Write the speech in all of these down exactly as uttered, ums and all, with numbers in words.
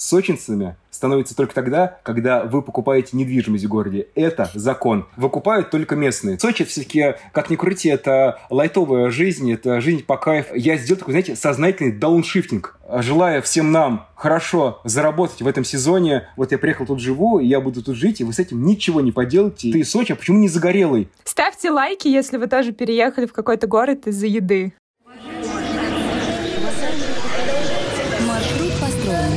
сочинцами становится только тогда, когда вы покупаете недвижимость в городе. Это закон. Выкупают только местные. Сочи все-таки, как ни крути, это лайтовая жизнь, это жизнь по кайфу. Я сделал такой, знаете, сознательный дауншифтинг. Желая всем нам хорошо заработать в этом сезоне, вот я приехал тут живу, и я буду тут жить, и вы с этим ничего не поделаете. Ты Сочи, а почему не загорелый? Ставьте лайки, если вы тоже переехали в какой-то город из-за еды. Маршрут построен.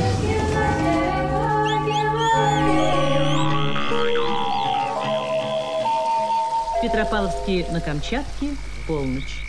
Петропавловске на Камчатке, полночь.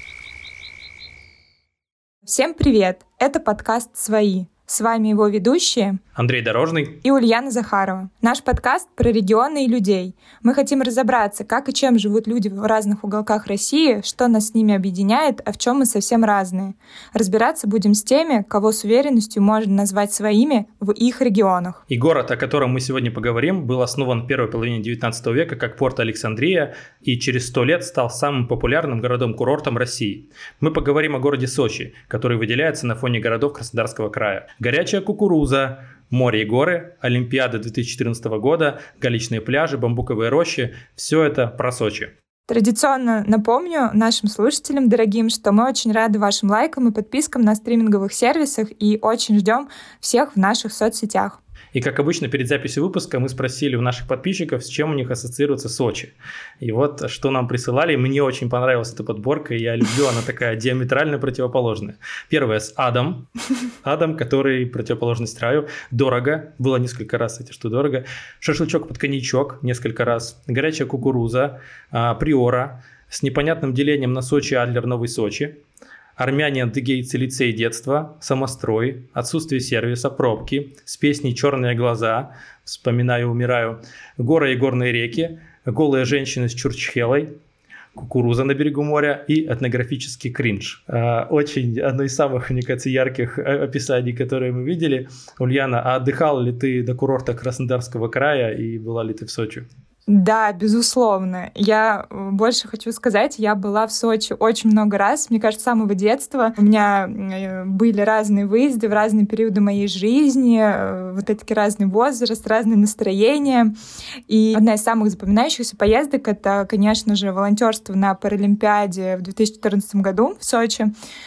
Всем привет! Это подкаст «Свои». С вами его ведущие Андрей Дорожный и Ульяна Захарова. Наш подкаст про регионы и людей. Мы хотим разобраться, как и чем живут люди в разных уголках России, что нас с ними объединяет, а в чем мы совсем разные. Разбираться будем с теми, кого с уверенностью можно назвать своими в их регионах. И город, о котором мы сегодня поговорим, был основан в первой половине девятнадцатого века как порт Александрия и через сто лет стал самым популярным городом-курортом России. Мы поговорим о городе Сочи, который выделяется на фоне городов Краснодарского края. Горячая кукуруза, море и горы, Олимпиада две тысячи четырнадцатого года, галечные пляжи, бамбуковые рощи – все это про Сочи. Традиционно напомню нашим слушателям дорогим, что мы очень рады вашим лайкам и подпискам на стриминговых сервисах и очень ждем всех в наших соцсетях. И, как обычно, перед записью выпуска мы спросили у наших подписчиков, с чем у них ассоциируется Сочи. И вот, что нам присылали. Мне очень понравилась эта подборка, и я люблю, она такая диаметрально противоположная. Первое с адом. Адом, который противоположность раю. Дорого. Было несколько раз, кстати, что дорого. Шашлычок под коньячок несколько раз. Горячая кукуруза. Приора. С непонятным делением на Сочи, Адлер, Новый Сочи. Армяне, адыгейцы, лицей детства, самострой, отсутствие сервиса, пробки, с песней «Черные глаза», вспоминаю, умираю, горы и горные реки, голые женщины с чурчхелой, кукуруза на берегу моря и этнографический кринж. Очень одно из самых, мне кажется, ярких описаний, которые мы видели. Ульяна, а отдыхала ли ты до курорта Краснодарского края и была ли ты в Сочи? Да, безусловно. Я больше хочу сказать, я была в Сочи очень много раз, мне кажется, с самого детства. У меня были разные выезды в разные периоды моей жизни, вот эти разный возраст, разные настроения. И одна из самых запоминающихся поездок — это, конечно же, волонтерство на Паралимпиаде в две тысячи четырнадцатом году в Сочи.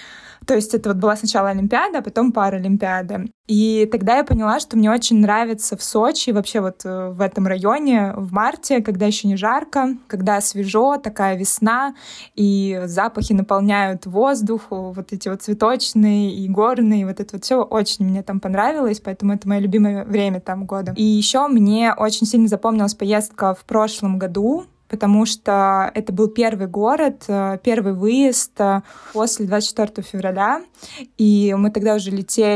То есть это вот была сначала Олимпиада, а потом Паралимпиада. И тогда я поняла, что мне очень нравится в Сочи, вообще вот в этом районе в марте, когда еще не жарко, когда свежо, такая весна, и запахи наполняют воздух, вот эти вот цветочные и горные, вот это вот все очень мне там понравилось, поэтому это мое любимое время там года. И еще мне очень сильно запомнилась поездка в прошлом году, потому что это был первый город, первый выезд после двадцать четвёртого февраля, и мы тогда уже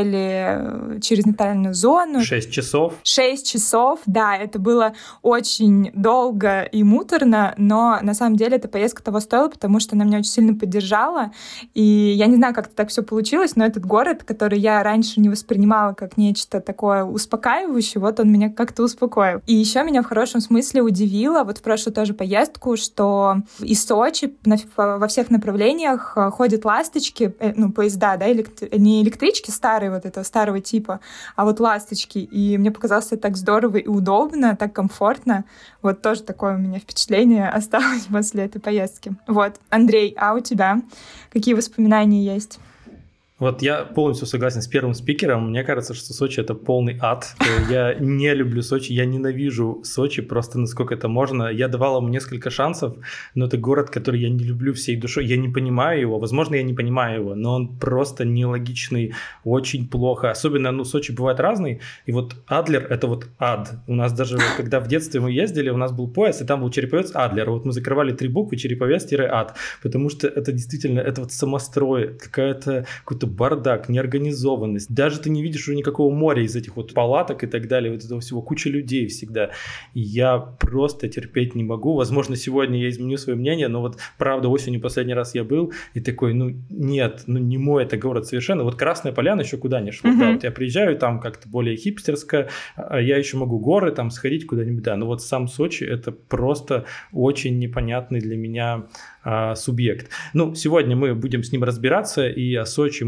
летели через нейтральную зону. Шесть часов. Шесть часов, да, это было очень долго и муторно, но на самом деле эта поездка того стоила, потому что она меня очень сильно поддержала, и я не знаю, как так все получилось, но этот город, который я раньше не воспринимала как нечто такое успокаивающее, вот он меня как-то успокоил. И еще меня в хорошем смысле удивило, вот в прошлую тоже поездку, поездку, что из Сочи на, во всех направлениях ходят ласточки, э, ну, поезда, да, электри- не электрички старые, вот этого старого типа, а вот ласточки. И мне показалось это так здорово и удобно, так комфортно. Вот тоже такое у меня впечатление осталось после этой поездки. Вот. Андрей, а у тебя какие воспоминания есть? Вот я полностью согласен с первым спикером. Мне кажется, что Сочи — это полный ад. Я не люблю Сочи, я ненавижу Сочи просто насколько это можно. Я давал ему несколько шансов, но это город, который я не люблю всей душой. Я не понимаю его, возможно, я не понимаю его, но он просто нелогичный, очень плохо. Особенно, ну, Сочи бывает разный. И вот Адлер — это вот ад. У нас даже, вот, когда в детстве мы ездили, у нас был пояс, и там был Череповец Адлер. Вот мы закрывали три буквы: Череповец-Ад. Потому что это действительно, это вот самострой, какая-то, какой-то бардак, неорганизованность. Даже ты не видишь уже никакого моря из этих вот палаток и так далее, вот этого всего, куча людей всегда. И я просто терпеть не могу. Возможно, сегодня я изменю свое мнение, но вот правда осенью последний раз я был и такой, ну нет, ну не мой это город совершенно. Вот Красная Поляна еще куда не шло. Mm-hmm. Да, вот я приезжаю, там как-то более хипстерско, а я еще могу горы там сходить куда-нибудь, да. Но вот сам Сочи — это просто очень непонятный для меня а, субъект. Ну, сегодня мы будем с ним разбираться, и о Сочи мы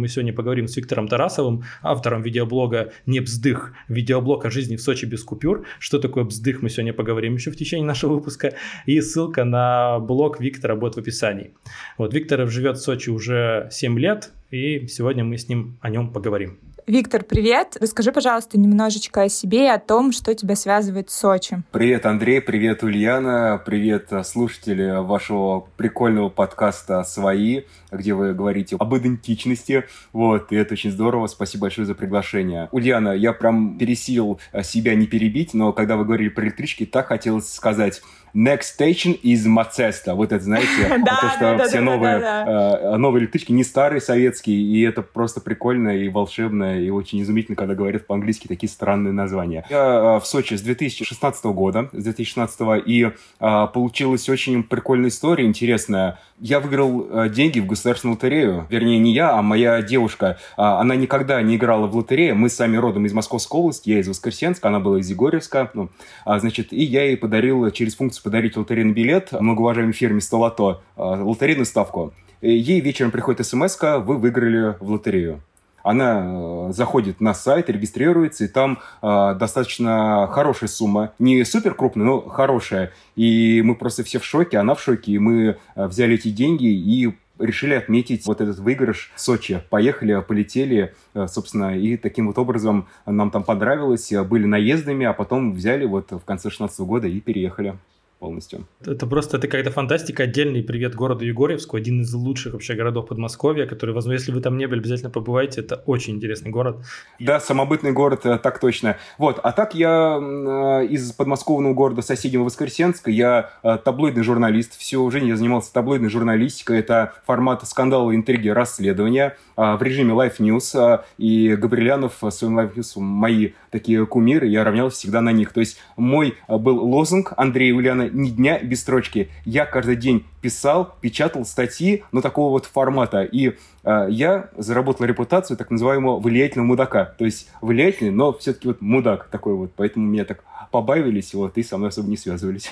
мы сегодня поговорим с Виктором Тарасовым, автором видеоблога «Не бздых», видеоблог о жизни в Сочи без купюр. Что такое бздых, мы сегодня поговорим еще в течение нашего выпуска. И ссылка на блог Виктора будет в описании. Вот, Виктор живет в Сочи уже семь лет, и сегодня мы с ним о нем поговорим. Виктор, привет. Расскажи, пожалуйста, немножечко о себе и о том, что тебя связывает с Сочи. Привет, Андрей, привет, Ульяна, привет, слушатели вашего прикольного подкаста «Свои», где вы говорите об идентичности. Вот, и это очень здорово. Спасибо большое за приглашение. Ульяна, я прям пересилил себя не перебить, но когда вы говорили про электрички, так хотелось сказать «Next station is Мацеста». Вот это, знаете, то, что все новые электрички, не старые советские, и это просто прикольно и волшебно, и очень изумительно, когда говорят по-английски такие странные названия. Я в Сочи с две тысячи шестнадцатого года, с две тысячи шестнадцатого, и получилась очень прикольная история, интересная. Я выиграл деньги в государственную лотерею. Вернее, не я, а моя девушка. Она никогда не играла в лотерею. Мы сами родом из Московской области, я из Воскресенска, она была из Егорьевска. Ну, значит, и я ей подарил через функцию подарить лотерейный билет многоуважаемой фирме «Столото», лотерейную ставку. Ей вечером приходит смс-ка: вы выиграли в лотерею. Она заходит на сайт, регистрируется, и там э, достаточно хорошая сумма. Не супер крупная, но хорошая. И мы просто все в шоке, она в шоке. И мы взяли эти деньги и решили отметить вот этот выигрыш в Сочи. Поехали, полетели, собственно, и таким вот образом нам там понравилось. Были наездами, а потом взяли вот в конце шестнадцатого года и переехали полностью. Это просто это какая-то фантастика. Отдельный привет городу Егорьевску, один из лучших вообще городов Подмосковья, который, возможно, если вы там не были, обязательно побывайте. Это очень интересный город. Да, самобытный город, так точно. Вот, а так я из подмосковного города соседнего Воскресенска, я таблоидный журналист. Всю жизнь я занимался таблоидной журналистикой. Это формат скандала, интриги, расследования в режиме Live News. И Габрилянов в своем Live News мои такие кумиры, я равнялся всегда на них. То есть мой был лозунг: Андрей и Ульяна, ни дня без строчки. Я каждый день писал, печатал статьи, но такого вот формата. И э, я заработал репутацию так называемого влиятельного мудака. То есть влиятельный, но все-таки вот мудак такой вот. Поэтому меня так побаивались, вот, и со мной особо не связывались.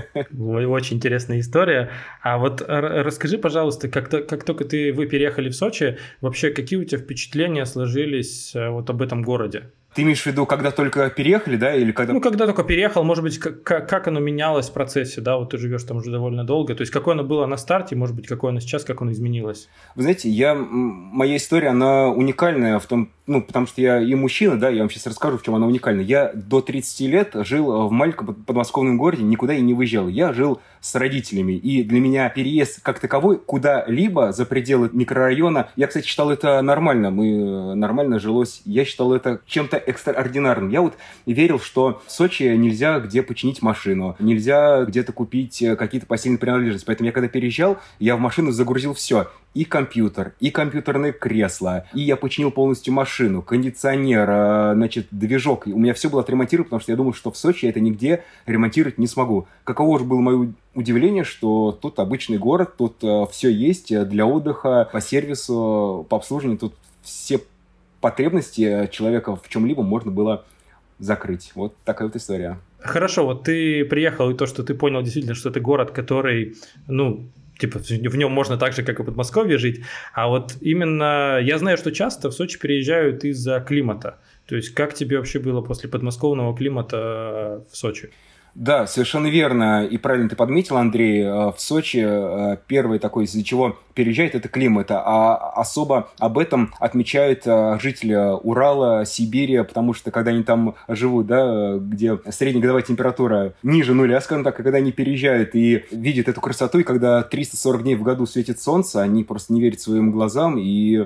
Очень интересная история. А вот расскажи, пожалуйста, как, как только ты, вы переехали в Сочи, вообще какие у тебя впечатления сложились вот об этом городе? Ты имеешь в виду, когда только переехали, да, или когда... Ну, когда только переехал, может быть, как, как оно менялось в процессе, да, вот ты живешь там уже довольно долго, то есть какое оно было на старте, может быть, какое оно сейчас, как оно изменилось? Вы знаете, я, моя история, она уникальная в том, ну, потому что я и мужчина, да, я вам сейчас расскажу, в чем она уникальна. Я до тридцати лет жил в маленьком подмосковном городе, никуда и не выезжал. Я жил с родителями, и для меня переезд как таковой куда-либо за пределы микрорайона, я, кстати, считал это нормально, мы нормально жилось, я считал это чем-то экстраординарным. Я вот верил, что в Сочи нельзя где починить машину, нельзя где-то купить какие-то постельные принадлежности, поэтому я когда переезжал, я в машину загрузил все. И компьютер, и компьютерное кресло, и я починил полностью машину, кондиционер, значит, движок. И у меня все было отремонтировано, потому что я думал, что в Сочи я это нигде ремонтировать не смогу. Каково же было мое удивление, что тут обычный город, тут все есть для отдыха, по сервису, по обслуживанию, тут все потребности человека в чем-либо можно было закрыть. Вот такая вот история. Хорошо, вот ты приехал, и то, что ты понял действительно, что это город, который, ну, типа, в нем можно так же, как и в Подмосковье жить. А вот именно я знаю, что часто в Сочи переезжают из-за климата. То есть как тебе вообще было после подмосковного климата в Сочи? Да, совершенно верно. И правильно ты подметил, Андрей. В Сочи первый такой, из-за чего переезжает, это климат. А особо об этом отмечают жители Урала, Сибири, потому что когда они там живут, да, где среднегодовая температура ниже нуля, скажем так, и когда они переезжают и видят эту красоту, и когда триста сорок дней в году светит солнце, они просто не верят своим глазам, и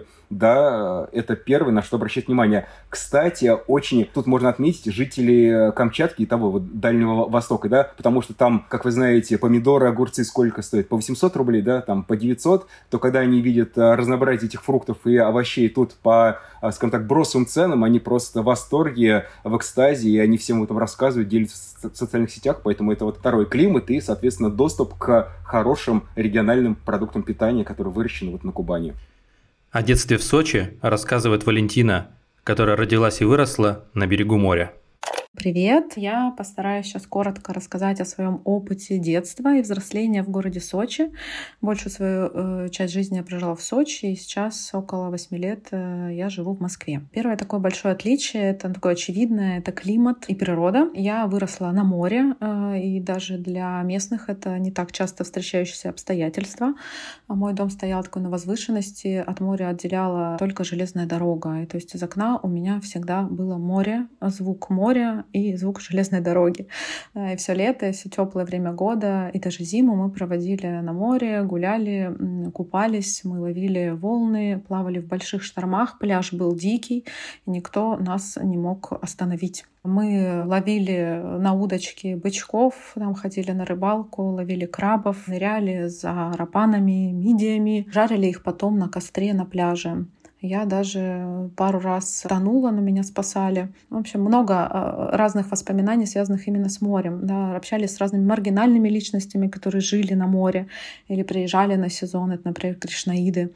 да, это первое, на что обращать внимание. Кстати, очень тут можно отметить жители Камчатки и того вот Дальнего Востока, да, потому что там, как вы знаете, помидоры, огурцы сколько стоят? По восемьсот рублей, да, там по девятьсот, то когда они видят разнообразие этих фруктов и овощей тут по, скажем так, бросовым ценам, они просто в восторге, в экстазе, и они всем об этом рассказывают, делятся в социальных сетях, поэтому это вот второй климат и, соответственно, доступ к хорошим региональным продуктам питания, которые выращены вот на Кубани. О детстве в Сочи рассказывает Валентина, которая родилась и выросла на берегу моря. Привет! Я постараюсь сейчас коротко рассказать о своем опыте детства и взросления в городе Сочи. Большую свою э, часть жизни я прожила в Сочи, и сейчас около восьми лет э, я живу в Москве. Первое такое большое отличие, это такое очевидное, это климат и природа. Я выросла на море, э, и даже для местных это не так часто встречающиеся обстоятельства. Мой дом стоял такой на возвышенности, от моря отделяла только железная дорога. И, то есть из окна у меня всегда было море, звук моря, и звук железной дороги. И все лето, и все теплое время года, и даже зиму мы проводили на море, гуляли, купались, мы ловили волны, плавали в больших штормах, пляж был дикий, и никто нас не мог остановить. Мы ловили на удочке бычков, там ходили на рыбалку, ловили крабов, ныряли за рапанами, мидиями, жарили их потом на костре на пляже. Я даже пару раз тонула, но меня спасали. В общем, много разных воспоминаний, связанных именно с морем. Да, общались с разными маргинальными личностями, которые жили на море или приезжали на сезон. Это, например, кришнаиды.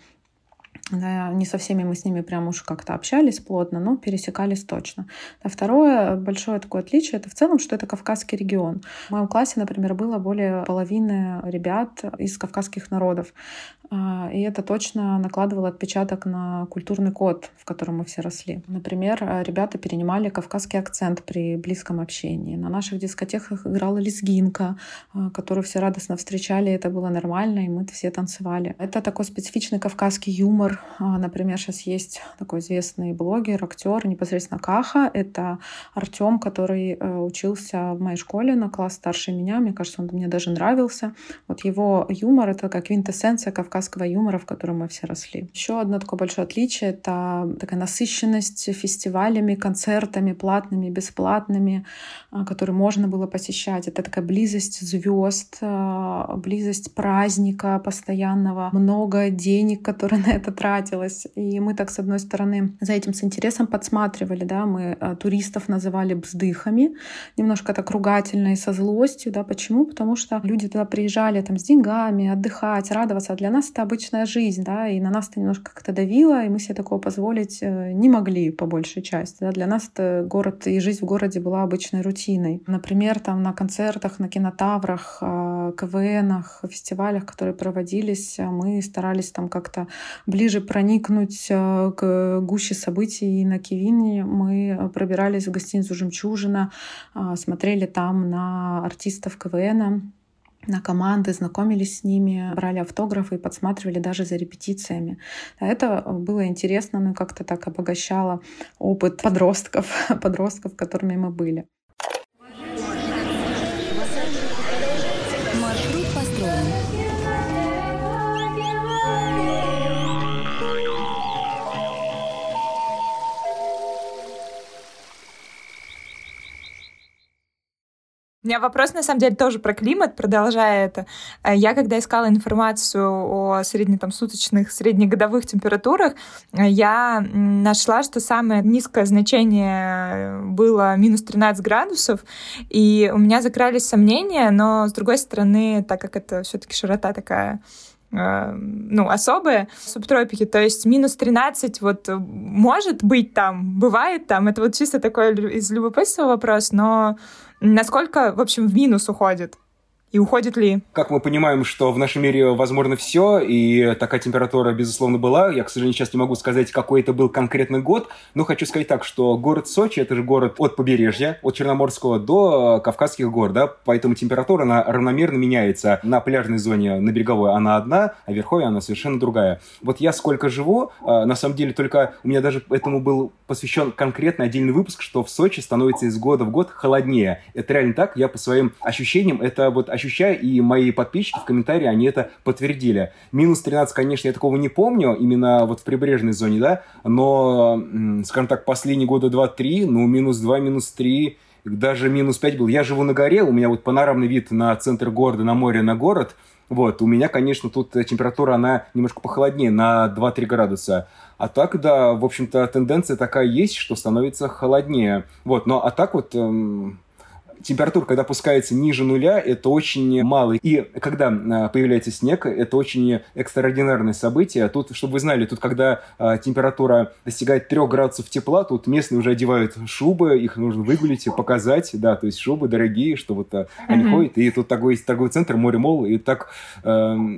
Да, не со всеми мы с ними прям уж как-то общались плотно, но пересекались точно. А второе большое такое отличие — это в целом, что это Кавказский регион. В моем классе, например, было более половины ребят из кавказских народов. И это точно накладывало отпечаток на культурный код, в котором мы все росли. Например, ребята перенимали кавказский акцент при близком общении. На наших дискотеках играла лезгинка, которую все радостно встречали, это было нормально, и мы все танцевали. Это такой специфичный кавказский юмор. Например, сейчас есть такой известный блогер, актер, непосредственно Каха. Это Артем, который учился в моей школе на класс старше меня. Мне кажется, он мне даже нравился. Вот его юмор — это как квинтэссенция кавказского юмора, в котором мы все росли. Еще одно такое большое отличие — это такая насыщенность фестивалями, концертами, платными, бесплатными, которые можно было посещать. Это такая близость звезд, близость праздника постоянного, много денег, которые на это тратилось. И мы так, с одной стороны, за этим с интересом подсматривали, да, мы туристов называли бздыхами, немножко так ругательно и со злостью, да, почему? Потому что люди туда приезжали там с деньгами, отдыхать, радоваться, а для нас это обычная жизнь, да, и на нас это немножко как-то давило, и мы себе такого позволить не могли по большей части, да. Для нас это город и жизнь в городе была обычной рутиной. Например, там на концертах, на кинотаврах, КВНах, фестивалях, которые проводились, мы старались там как-то ближе проникнуть к гуще событий. И на Кивине мы пробирались в гостиницу «Жемчужина», смотрели там на артистов КВНа, на команды, знакомились с ними, брали автографы и подсматривали даже за репетициями. Это было интересно, но как-то так обогащало опыт подростков, подростков, которыми мы были. Маршрут построен. У меня вопрос, на самом деле, тоже про климат, продолжая это. Я, когда искала информацию о среднесуточных, среднегодовых температурах, я нашла, что самое низкое значение было минус тринадцать градусов, и у меня закрались сомнения, но, с другой стороны, так как это все-таки широта такая, ну, особые субтропики, то есть минус тринадцать вот может быть там, бывает там, это вот чисто такой из любопытства вопрос, но насколько, в общем, в минус уходит? И уходит ли? Как мы понимаем, что в нашем мире возможно все, и такая температура, безусловно, была. Я, к сожалению, сейчас не могу сказать, какой это был конкретный год, но хочу сказать так, что город Сочи — это же город от побережья, от Черноморского до Кавказских гор, да, поэтому температура, она равномерно меняется. На пляжной зоне, на береговой она одна, а в верховье она совершенно другая. Вот я сколько живу, на самом деле, только у меня даже этому был посвящен конкретно отдельный выпуск, что в Сочи становится из года в год холоднее. Это реально так, я по своим ощущениям, это вот ощущаю, и мои подписчики в комментарии, они это подтвердили. Минус тринадцать, конечно, я такого не помню, именно вот в прибрежной зоне, да, но, скажем так, последние года два-три, ну, минус два, минус три, даже минус пять был. Я живу на горе, у меня вот панорамный вид на центр города, на море, на город, вот, у меня, конечно, тут температура, она немножко похолоднее, на два-три градуса. А так, да, в общем-то, тенденция такая есть, что становится холоднее. Вот, но а так вот... Эм... температура, когда опускается ниже нуля, это очень мало. И когда появляется снег, это очень экстраординарное событие. Тут, чтобы вы знали, тут, когда температура достигает трех градусов тепла, тут местные уже одевают шубы, их нужно выгулить и показать. Да, то есть шубы дорогие, что вот mm-hmm. они ходят. И тут такой есть торговый центр, море-молл, и так э,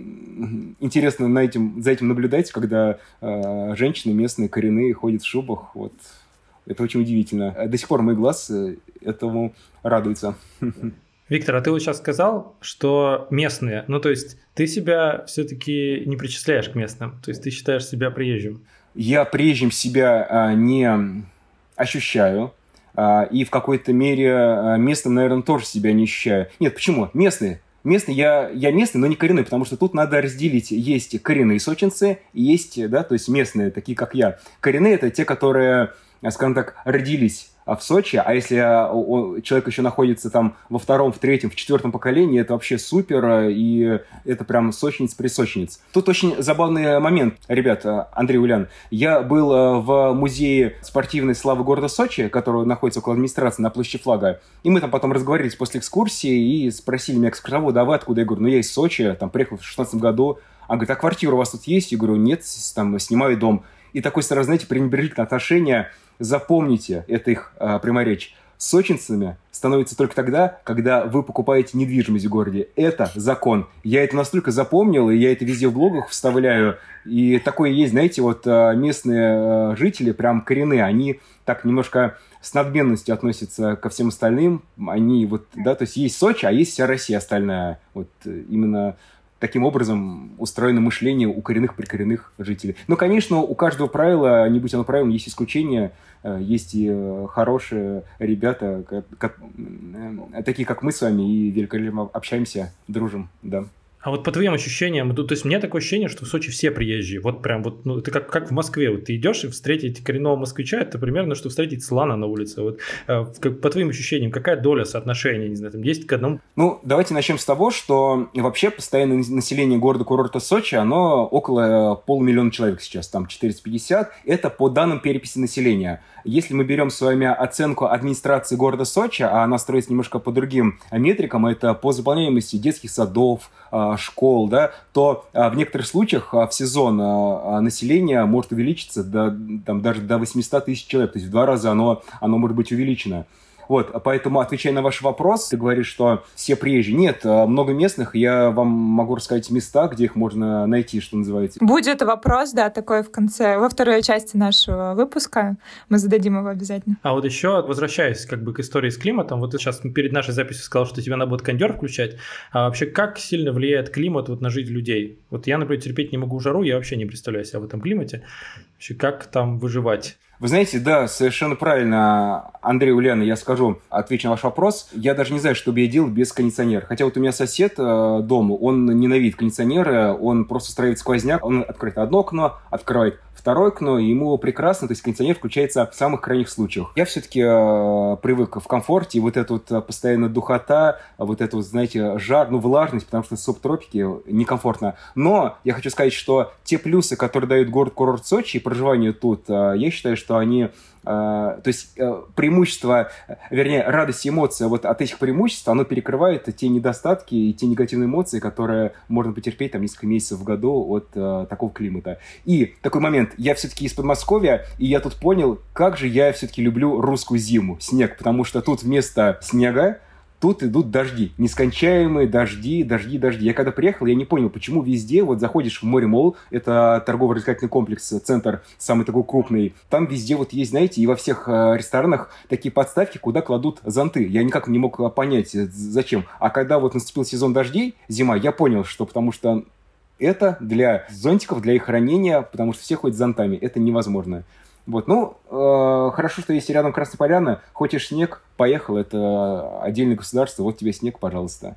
интересно на этим, за этим наблюдать, когда э, женщины местные, коренные, ходят в шубах. Вот. Это очень удивительно. До сих пор мой глаз этому радуется. Виктор, а ты вот сейчас сказал, что местные, ну то есть ты себя все-таки не причисляешь к местным, то есть ты считаешь себя приезжим? Я приезжим себя а, не ощущаю, а, и в какой-то мере а, местным, наверное, тоже себя не ощущаю. Нет, почему? Местные. Местный, я, я местный, но не коренной, потому что тут надо разделить. Есть коренные сочинцы, есть, да, то есть местные, такие как я. Коренные – это те, которые, скажем так, родились в Сочи, а если человек еще находится там во втором, в третьем, в четвертом поколении, это вообще супер, и это прям сочинец-присочинец. Тут очень забавный момент, ребята, Андрей, Улян. Я был в музее спортивной славы города Сочи, который находится около администрации на площади Флага, и мы там потом разговорились после экскурсии и спросили меня экскурсовода, а вы откуда? Я говорю, ну я из Сочи, там приехал в шестнадцатом году. Он говорит, а квартира у вас тут есть? Я говорю, нет, там снимаю дом. И такое, сразу, знаете, пренебрежительное отношение. Запомните, это их а, прямая речь. Сочинцами становится только тогда, когда вы покупаете недвижимость в городе. Это закон. Я это настолько запомнил, и я это везде в блогах вставляю. И такое есть, знаете, вот местные жители, прям коренные, они так немножко с надменностью относятся ко всем остальным. Они вот, да, то есть есть Сочи, а есть вся Россия остальная. Вот именно таким образом устроено мышление у коренных прикоренных жителей. Но, конечно, у каждого правила, не будь оно правилом, есть исключения. Есть и хорошие ребята, как, как, такие, как мы с вами, и великолепно общаемся, дружим, да. А вот по твоим ощущениям, то есть у меня такое ощущение, что в Сочи все приезжие. Вот прям вот, ну, это как, как в Москве. Вот ты идешь и встретить коренного москвича, это примерно, что встретить слона на улице. Вот э, как, по твоим ощущениям, какая доля соотношения, не знаю, там десять к одному? Ну, давайте начнем с того, что вообще постоянное население города-курорта Сочи, оно около полумиллиона человек сейчас, там четыреста пятьдесят. Это по данным переписи населения. Если мы берем с вами оценку администрации города Сочи, а она строится немножко по другим метрикам, это по заполняемости детских садов, школ, да, то в некоторых случаях в сезон население может увеличиться до, там, даже до восемьсот тысяч человек, то есть в два раза оно, оно может быть увеличено. Вот, поэтому, отвечая на ваш вопрос, ты говоришь, что все приезжие. Нет, много местных, я вам могу рассказать места, где их можно найти, что называется. Будет вопрос, да, такой в конце, во второй части нашего выпуска, мы зададим его обязательно. А вот еще, возвращаясь как бы к истории с климатом, вот ты сейчас перед нашей записью сказал, что тебе надо будет кондер включать, а вообще как сильно влияет климат вот на жизнь людей? Вот я, например, терпеть не могу жару, я вообще не представляю себя в этом климате. Вообще, как там выживать? Вы знаете, да, совершенно правильно, Андрей, Ульяна, я скажу, отвечу на ваш вопрос. Я даже не знаю, что бы я делал без кондиционера. Хотя вот у меня сосед э, дома, он ненавидит кондиционеры, он просто устраивает сквозняк, он открывает одно окно, открывает второе окно, и ему прекрасно, то есть кондиционер включается в самых крайних случаях. Я все-таки э, привык в комфорте, и вот эта вот постоянная духота, вот эта вот, знаете, жар, ну, влажность, потому что субтропики некомфортно. Но я хочу сказать, что те плюсы, которые дают город-курорт Сочи и проживание тут, э, я считаю, что они... Uh, то есть uh, преимущество, вернее, радость и эмоция вот от этих преимуществ, оно перекрывает те недостатки и те негативные эмоции, которые можно потерпеть там несколько месяцев в году от uh, такого климата. И такой момент, я все-таки из Подмосковья, и я тут понял, как же я все-таки люблю русскую зиму, снег, потому что тут вместо снега тут идут дожди, нескончаемые дожди, дожди, дожди. Я когда приехал, я не понял, почему везде, вот заходишь в море-молл, это торгово-развлекательный комплекс, центр самый такой крупный, там везде вот есть, знаете, и во всех э, ресторанах такие подставки, куда кладут зонты. Я никак не мог понять, зачем. А когда вот наступил сезон дождей, зима, я понял, что потому что это для зонтиков, для их хранения, потому что все ходят с зонтами, это невозможно. Вот, ну, э, хорошо, что есть рядом Красная Поляна. Хочешь снег? Поехал, это отдельное государство, вот тебе снег, пожалуйста.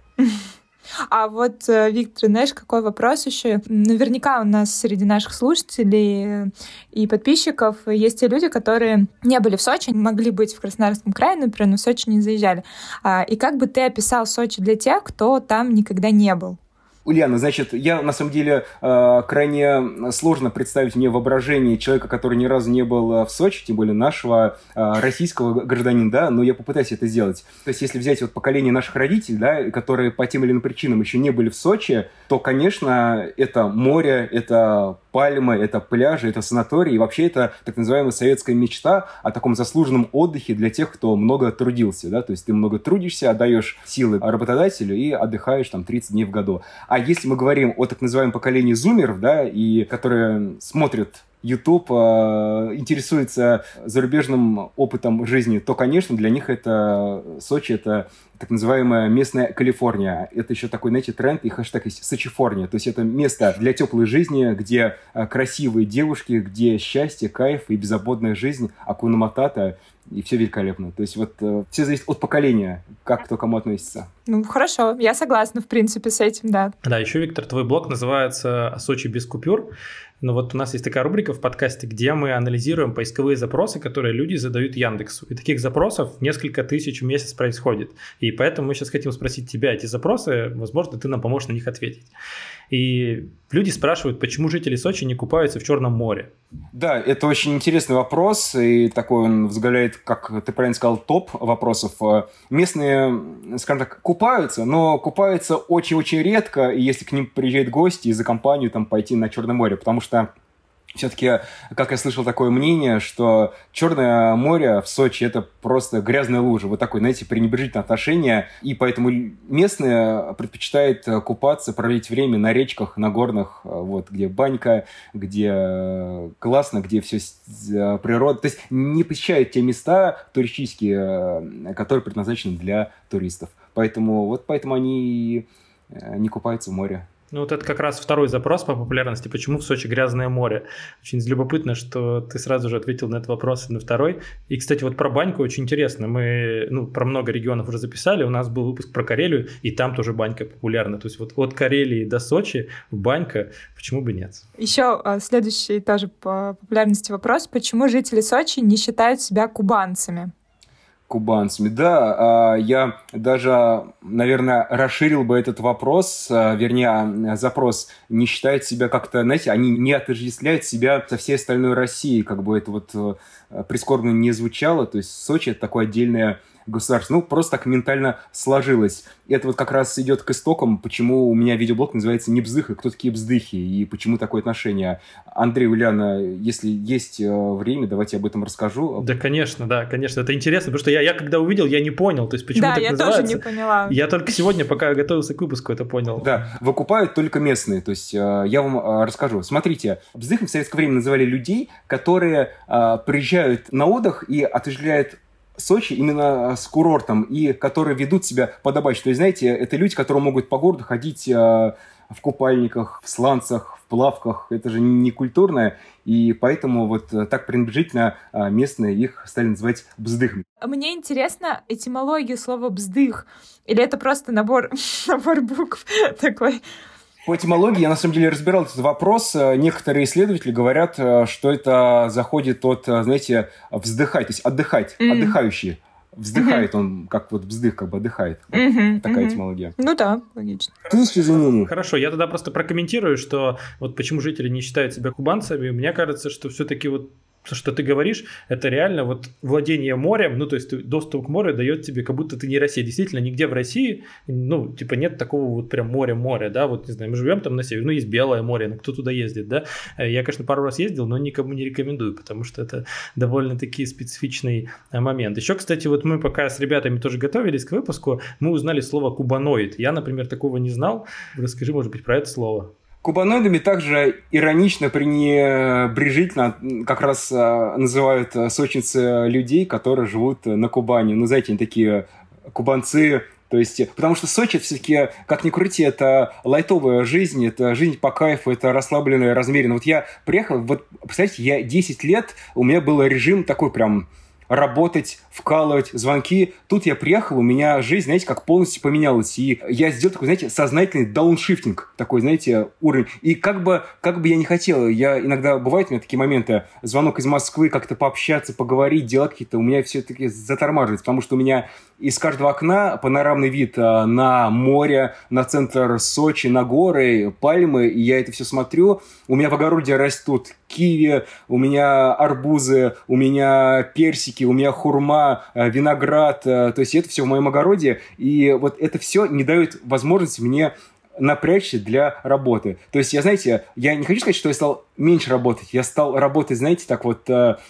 А вот, Виктор, знаешь, какой вопрос еще? Наверняка у нас среди наших слушателей и подписчиков есть те люди, которые не были в Сочи, могли быть в Краснодарском крае, например, но в Сочи не заезжали. И как бы ты описал Сочи для тех, кто там никогда не был? Ульяна, значит, я, на самом деле, крайне сложно представить мне воображение человека, который ни разу не был в Сочи, тем более нашего российского гражданина, да, но я попытаюсь это сделать. То есть, если взять вот поколение наших родителей, да, которые по тем или иным причинам еще не были в Сочи, то, конечно, это море, это пальмы, это пляжи, это санатории, и вообще это так называемая советская мечта о таком заслуженном отдыхе для тех, кто много трудился, да, то есть ты много трудишься, отдаешь силы работодателю и отдыхаешь там тридцать дней в году. А если мы говорим о так называемом поколении зумеров, да, и которые смотрят YouTube, э, интересуется зарубежным опытом жизни, то, конечно, для них это Сочи, это так называемая местная Калифорния. Это еще такой, знаете, тренд и хэштег есть Сочифорния. То есть это место для теплой жизни, где э, красивые девушки, где счастье, кайф и беззаботная жизнь, акуна матата, и все великолепно. То есть вот э, все зависит от поколения, как кто к кому относится. Ну, хорошо, я согласна, в принципе, с этим, да. Да, еще, Виктор, твой блог называется «Сочи без купюр». Но вот у нас есть такая рубрика в подкасте, где мы анализируем поисковые запросы, которые люди задают Яндексу. И таких запросов несколько тысяч в месяц происходит. И поэтому мы сейчас хотим спросить тебя эти запросы. Возможно, ты нам поможешь на них ответить. И люди спрашивают, почему жители Сочи не купаются в Черном море. Да, это очень интересный вопрос, и такой он возглавляет, как ты правильно сказал, топ вопросов. Местные, скажем так, купаются, но купаются очень-очень редко, и если к ним приезжают гости и за компанию там пойти на Черное море, потому что все-таки, как я слышал такое мнение, что Черное море в Сочи – это просто грязная лужа. Вот такое, знаете, пренебрежительное отношение. И поэтому местные предпочитают купаться, проводить время на речках, на горных, вот, где банька, где классно, где все природа. То есть не посещают те места туристические, которые предназначены для туристов. Поэтому вот поэтому они не купаются в море. Ну, вот это как раз второй запрос по популярности. Почему в Сочи грязное море? Очень любопытно, что ты сразу же ответил на этот вопрос и на второй. И, кстати, вот про баньку очень интересно. Мы, ну, про много регионов уже записали. У нас был выпуск про Карелию, и там тоже банька популярна. То есть вот от Карелии до Сочи банька, почему бы нет? Еще следующий тоже по популярности вопрос. Почему жители Сочи не считают себя кубанцами? Кубанцами, да, я даже, наверное, расширил бы этот вопрос, вернее, запрос, не считают себя как-то, знаете, они не отождествляют себя со всей остальной Россией, как бы это вот прискорбно не звучало, то есть Сочи – это такое отдельное государство, ну, просто так ментально сложилось. И это вот как раз идет к истокам, почему у меня видеоблог называется «Не бздыха», кто такие бздыхи, и почему такое отношение. Андрей, Ульяна, если есть время, давайте об этом расскажу. Да, конечно, да, конечно, это интересно, потому что я, я когда увидел, я не понял, то есть почему да, так я называется. тоже не поняла. Я только сегодня, пока готовился к выпуску, это понял. Да, выкупают только местные, то есть я вам расскажу. Смотрите, бздыхами в советское время называли людей, которые приезжают на отдых и отождествляют Сочи именно с курортом, и которые ведут себя подобающе. То есть, знаете, это люди, которые могут по городу ходить э, в купальниках, в сланцах, в плавках. Это же не культурно, и поэтому вот так пренебрежительно э, местные их стали называть бздыхами. Мне интересно этимология слова «бздых», или это просто набор, набор букв такой? По этимологии я на самом деле разбирал этот вопрос. Некоторые исследователи говорят, что это заходит от, знаете, вздыхать, то есть отдыхать, mm. отдыхающий. Вздыхает mm-hmm. он, как вот вздых, как бы отдыхает. Вот mm-hmm. такая mm-hmm. этимология. Ну да, логично. Тысяча извинений. Хорошо, я тогда просто прокомментирую, что вот почему жители не считают себя кубанцами. Мне кажется, что все-таки вот то, что ты говоришь, это реально вот владение морем, ну, то есть доступ к морю дает тебе, как будто ты не Россия. Действительно, нигде в России, ну, типа нет такого вот прям моря-моря, да, вот, не знаю, мы живем там на севере, ну, есть Белое море, ну, кто туда ездит, да. Я, конечно, пару раз ездил, но никому не рекомендую, потому что это довольно-таки специфичный момент. Еще, кстати, вот мы пока с ребятами тоже готовились к выпуску, мы узнали слово «кубаноид». Я, например, такого не знал. Расскажи, может быть, про это слово. Кубаноидами также иронично, пренебрежительно как раз называют сочинцы людей, которые живут на Кубани. Ну, знаете, они такие кубанцы. То есть, потому что Сочи все-таки, как ни крути, это лайтовая жизнь, это жизнь по кайфу, это расслабленная, размеренная. Вот я приехал, вот, представляете, я десять лет, у меня был режим такой прям работать, вкалывать, звонки. Тут я приехал, у меня жизнь, знаете, как полностью поменялась. И я сделал такой, знаете, сознательный дауншифтинг, такой, знаете, уровень. И как бы, как бы я не хотел, я иногда, бывают у меня такие моменты, звонок из Москвы, как-то пообщаться, поговорить, дела какие-то, у меня все-таки затормаживается, потому что у меня из каждого окна панорамный вид на море, на центр Сочи, на горы, пальмы, и я это все смотрю. У меня в огороде растут киви, у меня арбузы, у меня персики, у меня хурма, виноград. То есть это все в моем огороде, и вот это все не дает возможности мне напрячься для работы. То есть я, знаете, я не хочу сказать, что я стал меньше работать, я стал работать, знаете, так вот...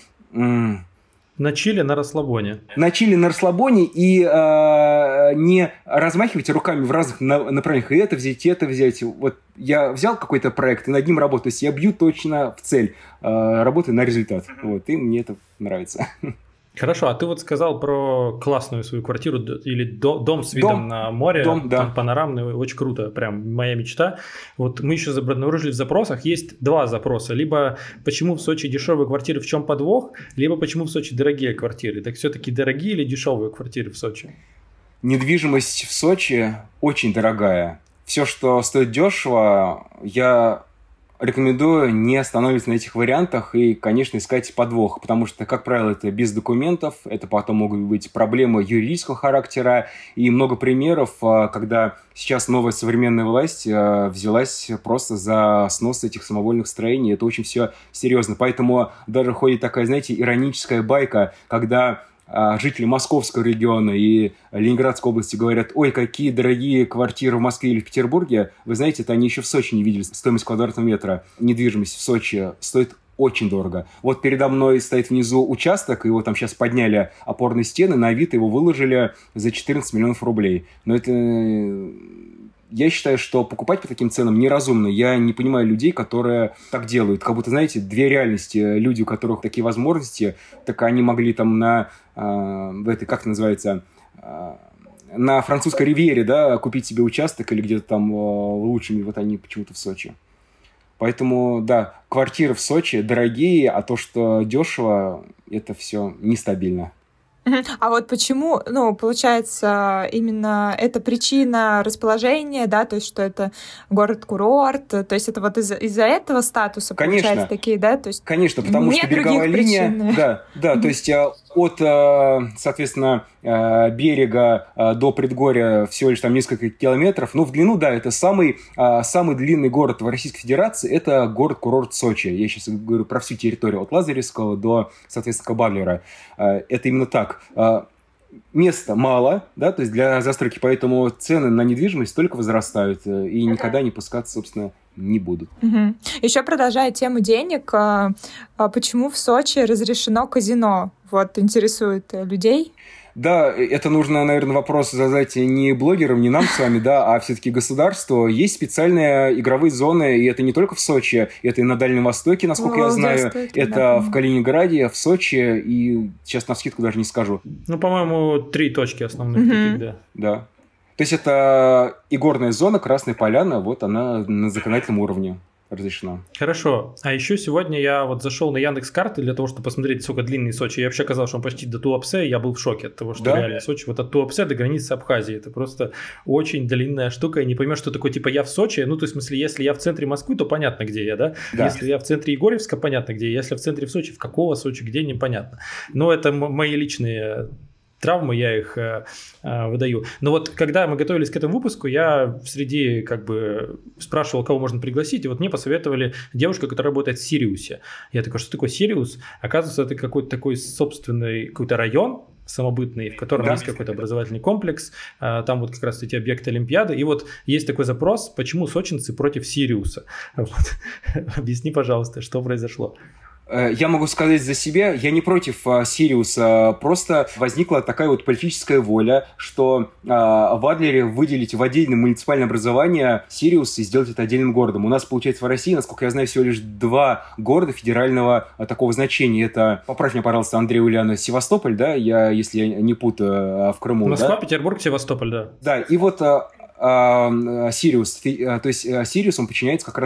М- На чиле, на расслабоне. На чиле, на расслабоне и э, не размахивать руками в разных на- направлениях. И это взять, и это взять. Вот я взял какой-то проект и над ним работаю. То есть я бью точно в цель. Э, работаю на результат. Вот, и мне это нравится. Хорошо, а ты вот сказал про классную свою квартиру или дом с видом дом, на море, дом, да. Там панорамный, очень круто, прям моя мечта. Вот мы еще обнаружили в запросах, есть два запроса, либо почему в Сочи дешевые квартиры, в чем подвох, либо почему в Сочи дорогие квартиры. Так все-таки дорогие или дешевые квартиры в Сочи? Недвижимость в Сочи очень дорогая. Все, что стоит дешево, я... рекомендую не останавливаться на этих вариантах и, конечно, искать подвох, потому что, как правило, это без документов, это потом могут быть проблемы юридического характера и много примеров, когда сейчас новая современная власть взялась просто за снос этих самовольных строений. Это очень все серьезно. Поэтому даже ходит такая, знаете, ироническая байка, когда жители Московского региона и Ленинградской области говорят: ой, какие дорогие квартиры в Москве или в Петербурге. Вы знаете, это они еще в Сочи не видели стоимость квадратного метра. Недвижимость в Сочи стоит очень дорого. Вот передо мной стоит внизу участок, его там сейчас подняли опорные стены, на Авито его выложили за четырнадцать миллионов рублей. Но это... Я считаю, что покупать по таким ценам неразумно. Я не понимаю людей, которые так делают. Как будто, знаете, две реальности. Люди, у которых такие возможности, так они могли там на... Э, в этой, как это называется... Э, на французской ривьере, да, купить себе участок или где-то там э, лучшими. Вот они почему-то в Сочи. Поэтому, да, квартиры в Сочи дорогие, а то, что дешево, это все нестабильно. А вот почему, ну, получается, именно эта причина расположения, да, то есть что это город-курорт, то есть это вот из- из-за этого статуса, Конечно. Получается, такие, да? То есть Конечно, потому что береговая линия, причин. да, да, то есть от, соответственно, берега до предгорья всего лишь там несколько километров, но в длину, да, это самый, самый длинный город в Российской Федерации, это город-курорт Сочи. Я сейчас говорю про всю территорию, от Лазаревского до, соответственно, Кабадлера. Это именно так. Места мало, да, то есть для застройки, поэтому цены на недвижимость только возрастают и никогда не пускаться, собственно, не будут. Угу. Еще продолжая тему денег, почему в Сочи разрешено казино? Вот интересует людей. Да, это нужно, наверное, вопрос задать не блогерам, не нам с вами, да, а все-таки государству. Есть специальные игровые зоны, и это не только в Сочи, это и на Дальнем Востоке, насколько О, я знаю, это да, в Калининграде, в Сочи, и сейчас навскидку даже не скажу. Ну, по-моему, три точки основных mm-hmm. таких, да. Да. То есть это и горная зона, Красная Поляна, вот она на законодательном уровне разрешена. Хорошо. А еще сегодня я вот зашел на Яндекс.Карты для того, чтобы посмотреть, сколько длинный Сочи. Я вообще оказалось, что он почти до Туапсе. Я был в шоке от того, что да? реально Сочи вот от Туапсе до границы Абхазии. Это просто очень длинная штука. И не поймешь, что такое, типа, я в Сочи. Ну, то есть, в смысле, если я в центре Москвы, то понятно, где я, да? да. Если я в центре Егорьевска, понятно, где я. Если в центре в Сочи, в какого Сочи, где, непонятно. Но это м- мои личные... травмы, я их э, э, выдаю. Но вот когда мы готовились к этому выпуску, я среди, как бы, спрашивал, кого можно пригласить, и вот мне посоветовали девушку, которая работает в Сириусе. Я такой, что такое Сириус? Оказывается, это какой-то такой собственный какой-то район самобытный, в котором да. есть какой-то образовательный комплекс, э, там вот как раз эти объекты Олимпиады, и вот есть такой запрос, почему сочинцы против Сириуса? Вот. Объясни, пожалуйста, что произошло. Я могу сказать за себя, я не против а, Сириуса, просто возникла такая вот политическая воля, что а, в Адлере выделить в отдельное муниципальное образование Сириус и сделать это отдельным городом. У нас, получается, в России, насколько я знаю, всего лишь два города федерального а, такого значения. Это, поправь меня, пожалуйста, Андрей, Ульяна, Севастополь, да, я, если я не путаю, а, в Крыму. Москва, да? Петербург, Севастополь, да. Да, и вот... А, Сириус, то есть Сириус, он подчиняется как раз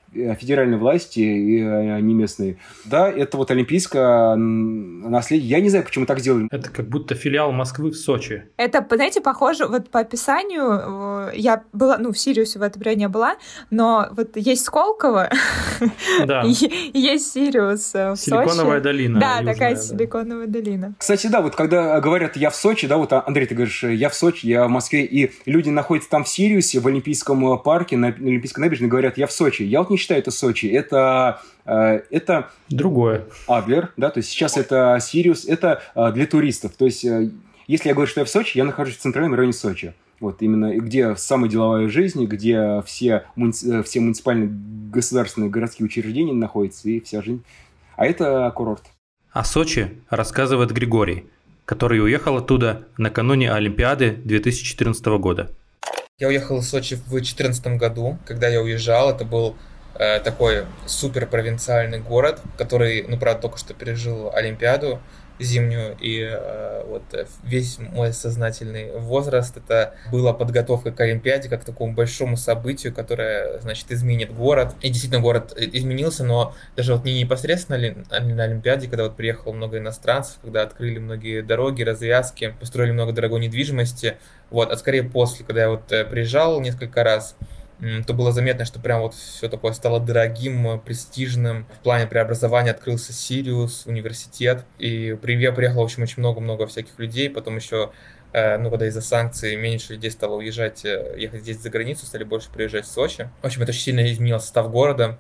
федеральной власти, и не местные. Да, это вот олимпийское наследие. Я не знаю, почему так делали. Это как будто филиал Москвы в Сочи. Это, знаете, похоже, вот по описанию, я была, ну, в Сириусе в это время не была, но вот есть Сколково, да. есть Сириус в Сочи. Силиконовая долина. Да, южная, такая да. Силиконовая долина. Кстати, да, вот когда говорят «я в Сочи», да, вот, Андрей, ты говоришь «я в Сочи», «я в Москве», и люди находятся там в Сириусе, в Олимпийском парке, на Олимпийской набережной, говорят «я в Сочи». Я вот не считаю это Сочи, это... Это другое. Адлер, да, то есть сейчас это Сириус, это для туристов. То есть если я говорю, что я в Сочи, я нахожусь в центральном районе Сочи. Вот именно где самая деловая жизнь, где все, муници... все муниципальные государственные городские учреждения находятся, и вся жизнь. А это курорт. О Сочи рассказывает Григорий, который уехал оттуда накануне Олимпиады две тысячи четырнадцатого года. Я уехал из Сочи в две тысячи четырнадцатом году. Когда я уезжал, это был э, такой супер провинциальный город, который, ну, правда, только что пережил Олимпиаду зимнюю, и э, вот весь мой сознательный возраст это была подготовка к Олимпиаде как к такому большому событию, которое, значит, изменит город. И действительно город изменился, но даже вот не непосредственно на Олимпиаде, когда вот приехало много иностранцев, когда открыли многие дороги, развязки, построили много дорогой недвижимости, вот, а скорее после, когда я вот приезжал несколько раз, то было заметно, что прям вот все такое стало дорогим, престижным. В плане преобразования открылся Сириус, университет. И я приехал, в общем, очень много-много всяких людей. Потом еще, ну, когда из-за санкций меньше людей стало уезжать, ехать здесь за границу, стали больше приезжать в Сочи. В общем, это очень сильно изменило состав города.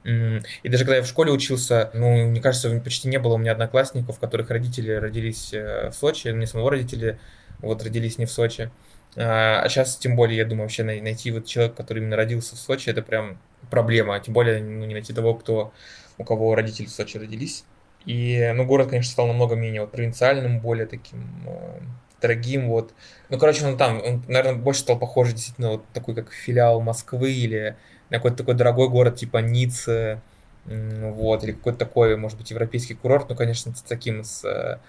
И даже когда я в школе учился, ну, мне кажется, почти не было у меня одноклассников, которых родители родились в Сочи. Мне самого родители вот родились не в Сочи. А сейчас, тем более, я думаю, вообще найти вот человека, который именно родился в Сочи, это прям проблема. Тем более, ну, не найти того, кто, у кого родители в Сочи родились. И, ну, город, конечно, стал намного менее вот, провинциальным, более таким э, дорогим. Вот. Ну, короче, он там, он, наверное, больше стал похож действительно вот такой, как филиал Москвы или на какой-то такой дорогой город типа Ниццы, э, вот, или какой-то такой, может быть, европейский курорт, ну, конечно, с таким, с,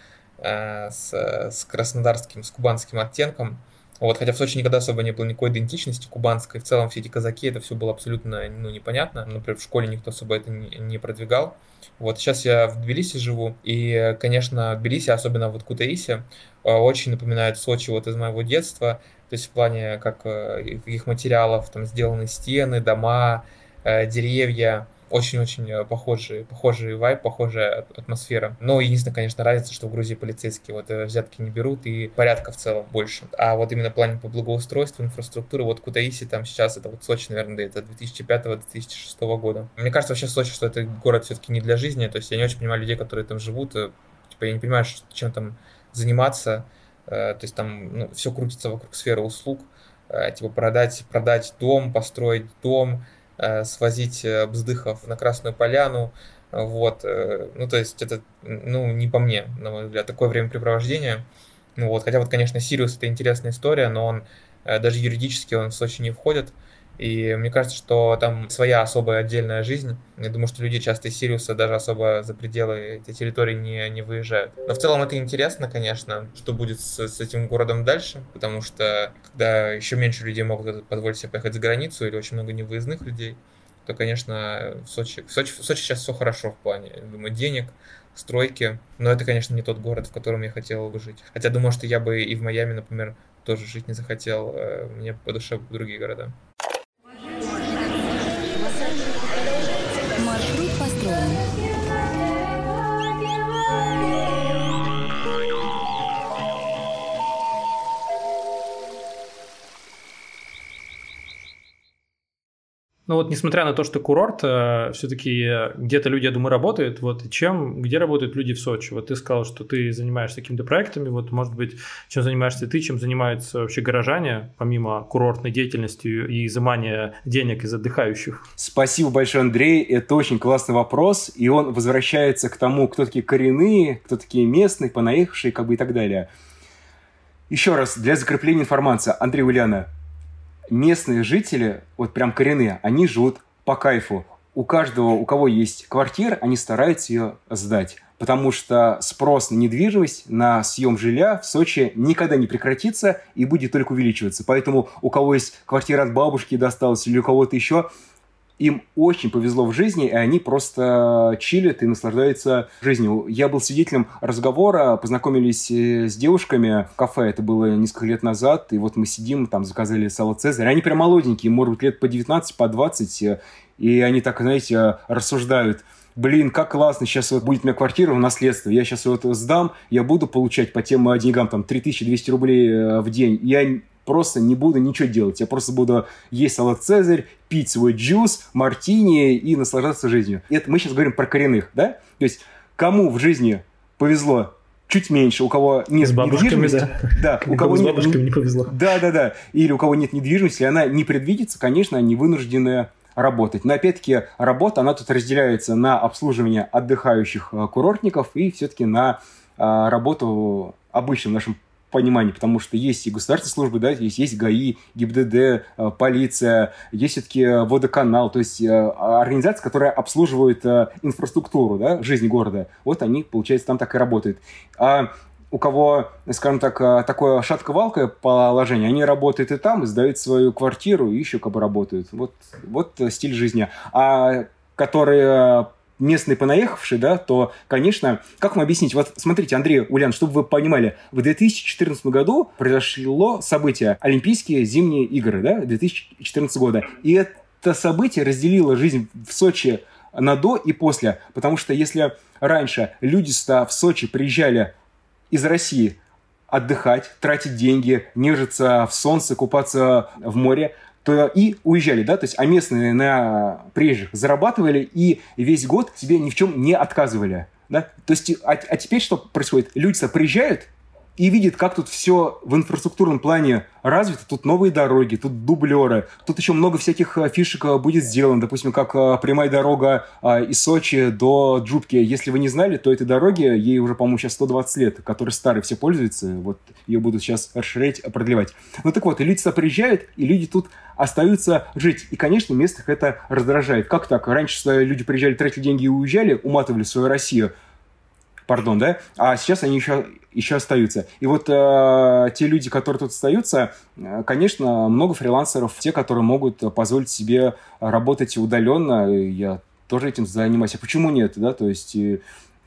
э, с, с краснодарским, с кубанским оттенком. Вот, хотя в Сочи никогда особо не было никакой идентичности кубанской. В целом все эти казаки, это все было абсолютно, ну, непонятно. Например, в школе никто особо это не, не продвигал. Вот сейчас я в Тбилиси живу, и, конечно, Тбилиси, особенно вот Кутаиси, очень напоминает Сочи вот из моего детства. То есть в плане как каких материалов, там сделаны стены, дома, деревья. Очень-очень похожий, похожий вайб, похожая атмосфера. Но единственное, конечно, разница, что в Грузии полицейские вот взятки не берут и порядка в целом больше. А вот именно в плане по благоустройству, инфраструктуры, вот Кутаиси там сейчас, это вот Сочи, наверное, это две тысячи пятого - две тысячи шестого года. Мне кажется, вообще Сочи, что это город все-таки не для жизни, то есть я не очень понимаю людей, которые там живут, типа я не понимаю, чем там заниматься, то есть там ну, все крутится вокруг сферы услуг, типа продать, продать дом, построить дом, свозить бздыхов на Красную Поляну, вот, ну, то есть это, ну, не по мне, на мой взгляд, такое времяпрепровождение, ну, вот, хотя вот, конечно, Сириус — это интересная история, но он, даже юридически он в Сочи не входит, и мне кажется, что там своя особая отдельная жизнь. Я думаю, что люди часто из Сириуса даже особо за пределы этой территории не, не выезжают. Но в целом это интересно, конечно, что будет с, с этим городом дальше, потому что когда еще меньше людей могут позволить себе поехать за границу или очень много невыездных людей, то, конечно, в Сочи, в Сочи, в Сочи сейчас все хорошо в плане, я думаю, денег, стройки, но это, конечно, не тот город, в котором я хотел бы жить. Хотя думаю, что я бы и в Майами, например, тоже жить не захотел, мне по душе другие города. Маршрут построен. Ну вот, несмотря на то, что курорт, э, все-таки где-то люди, я думаю, работают. Вот чем, где работают люди в Сочи? Вот ты сказал, что ты занимаешься какими-то проектами. Вот, может быть, чем занимаешься ты, чем занимаются вообще горожане, помимо курортной деятельности и изымания денег из отдыхающих? Спасибо большое, Андрей. Это очень классный вопрос. И он возвращается к тому, кто такие коренные, кто такие местные, понаехавшие, как бы и так далее. Еще раз, для закрепления информации. Андрей, Ульяна, местные жители, вот прям коренные, они живут по кайфу. У каждого, у кого есть квартира, они стараются ее сдать. Потому что спрос на недвижимость, на съем жилья в Сочи никогда не прекратится и будет только увеличиваться. Поэтому у кого есть квартира от бабушки досталась или у кого-то еще, им очень повезло в жизни, и они просто чилят и наслаждаются жизнью. Я был свидетелем разговора, познакомились с девушками в кафе, это было несколько лет назад, и вот мы сидим, там заказали сало «Цезарь». Они прям молоденькие, может быть, лет по девятнадцать, по двадцать, и они так, знаете, рассуждают. Блин, как классно, сейчас вот будет у меня квартира в наследство, я сейчас вот сдам, я буду получать по тем деньгам там три тысячи двести рублей в день. Я просто не буду ничего делать. Я просто буду есть салат «Цезарь», пить свой джус, мартини и наслаждаться жизнью. И это мы сейчас говорим про коренных, да? То есть кому в жизни повезло чуть меньше, у кого нет с бабушками, недвижимости, да. да, у кого с нет, бабушками не повезло. Да, да, да. Или у кого нет недвижимости, она не предвидится, конечно, они вынуждены работать. Но опять-таки работа, она тут разделяется на обслуживание отдыхающих курортников и все-таки на а, работу обычным нашим понимании, потому что есть и государственные службы, да, есть, есть ГАИ, ГИБДД, полиция, есть все-таки водоканал, то есть организации, которые обслуживают инфраструктуру, да, жизни города. Вот они, получается, там так и работают. А у кого, скажем так, такое шатко-валкое положение, они работают и там, и сдают свою квартиру, и еще как бы работают. Вот, вот стиль жизни. А которые местные понаехавшие, да, то, конечно, как вам объяснить? Вот смотрите, Андрей, Ульян, чтобы вы понимали, в две тысячи четырнадцатом году произошло событие Олимпийские зимние игры, да, две тысячи четырнадцатого года. И это событие разделило жизнь в Сочи на до и после. Потому что если раньше люди в Сочи приезжали из России отдыхать, тратить деньги, нежиться в солнце, купаться в море, то и уезжали, да, то есть, а местные на приезжих зарабатывали и весь год себе ни в чем не отказывали, да, то есть, а, а теперь что происходит? Люди приезжают и видят, как тут все в инфраструктурном плане развито, тут новые дороги, тут дублеры, тут еще много всяких фишек будет сделано, допустим, как прямая дорога из Сочи до Джубки. Если вы не знали, то этой дороге, ей уже, по-моему, сейчас сто двадцать лет, которой старой все пользуются, вот ее будут сейчас расширять, продлевать. Ну так вот, и люди сюда приезжают, и люди тут остаются жить. И, конечно, местных это раздражает. Как так? Раньше сюда люди приезжали, тратили деньги и уезжали, уматывали свою Россию, пардон, да, а сейчас они еще, еще остаются. И вот э, те люди, которые тут остаются, э, конечно, много фрилансеров, те, которые могут позволить себе работать удаленно. Я тоже этим занимаюсь. А почему нет, да, то есть... Э,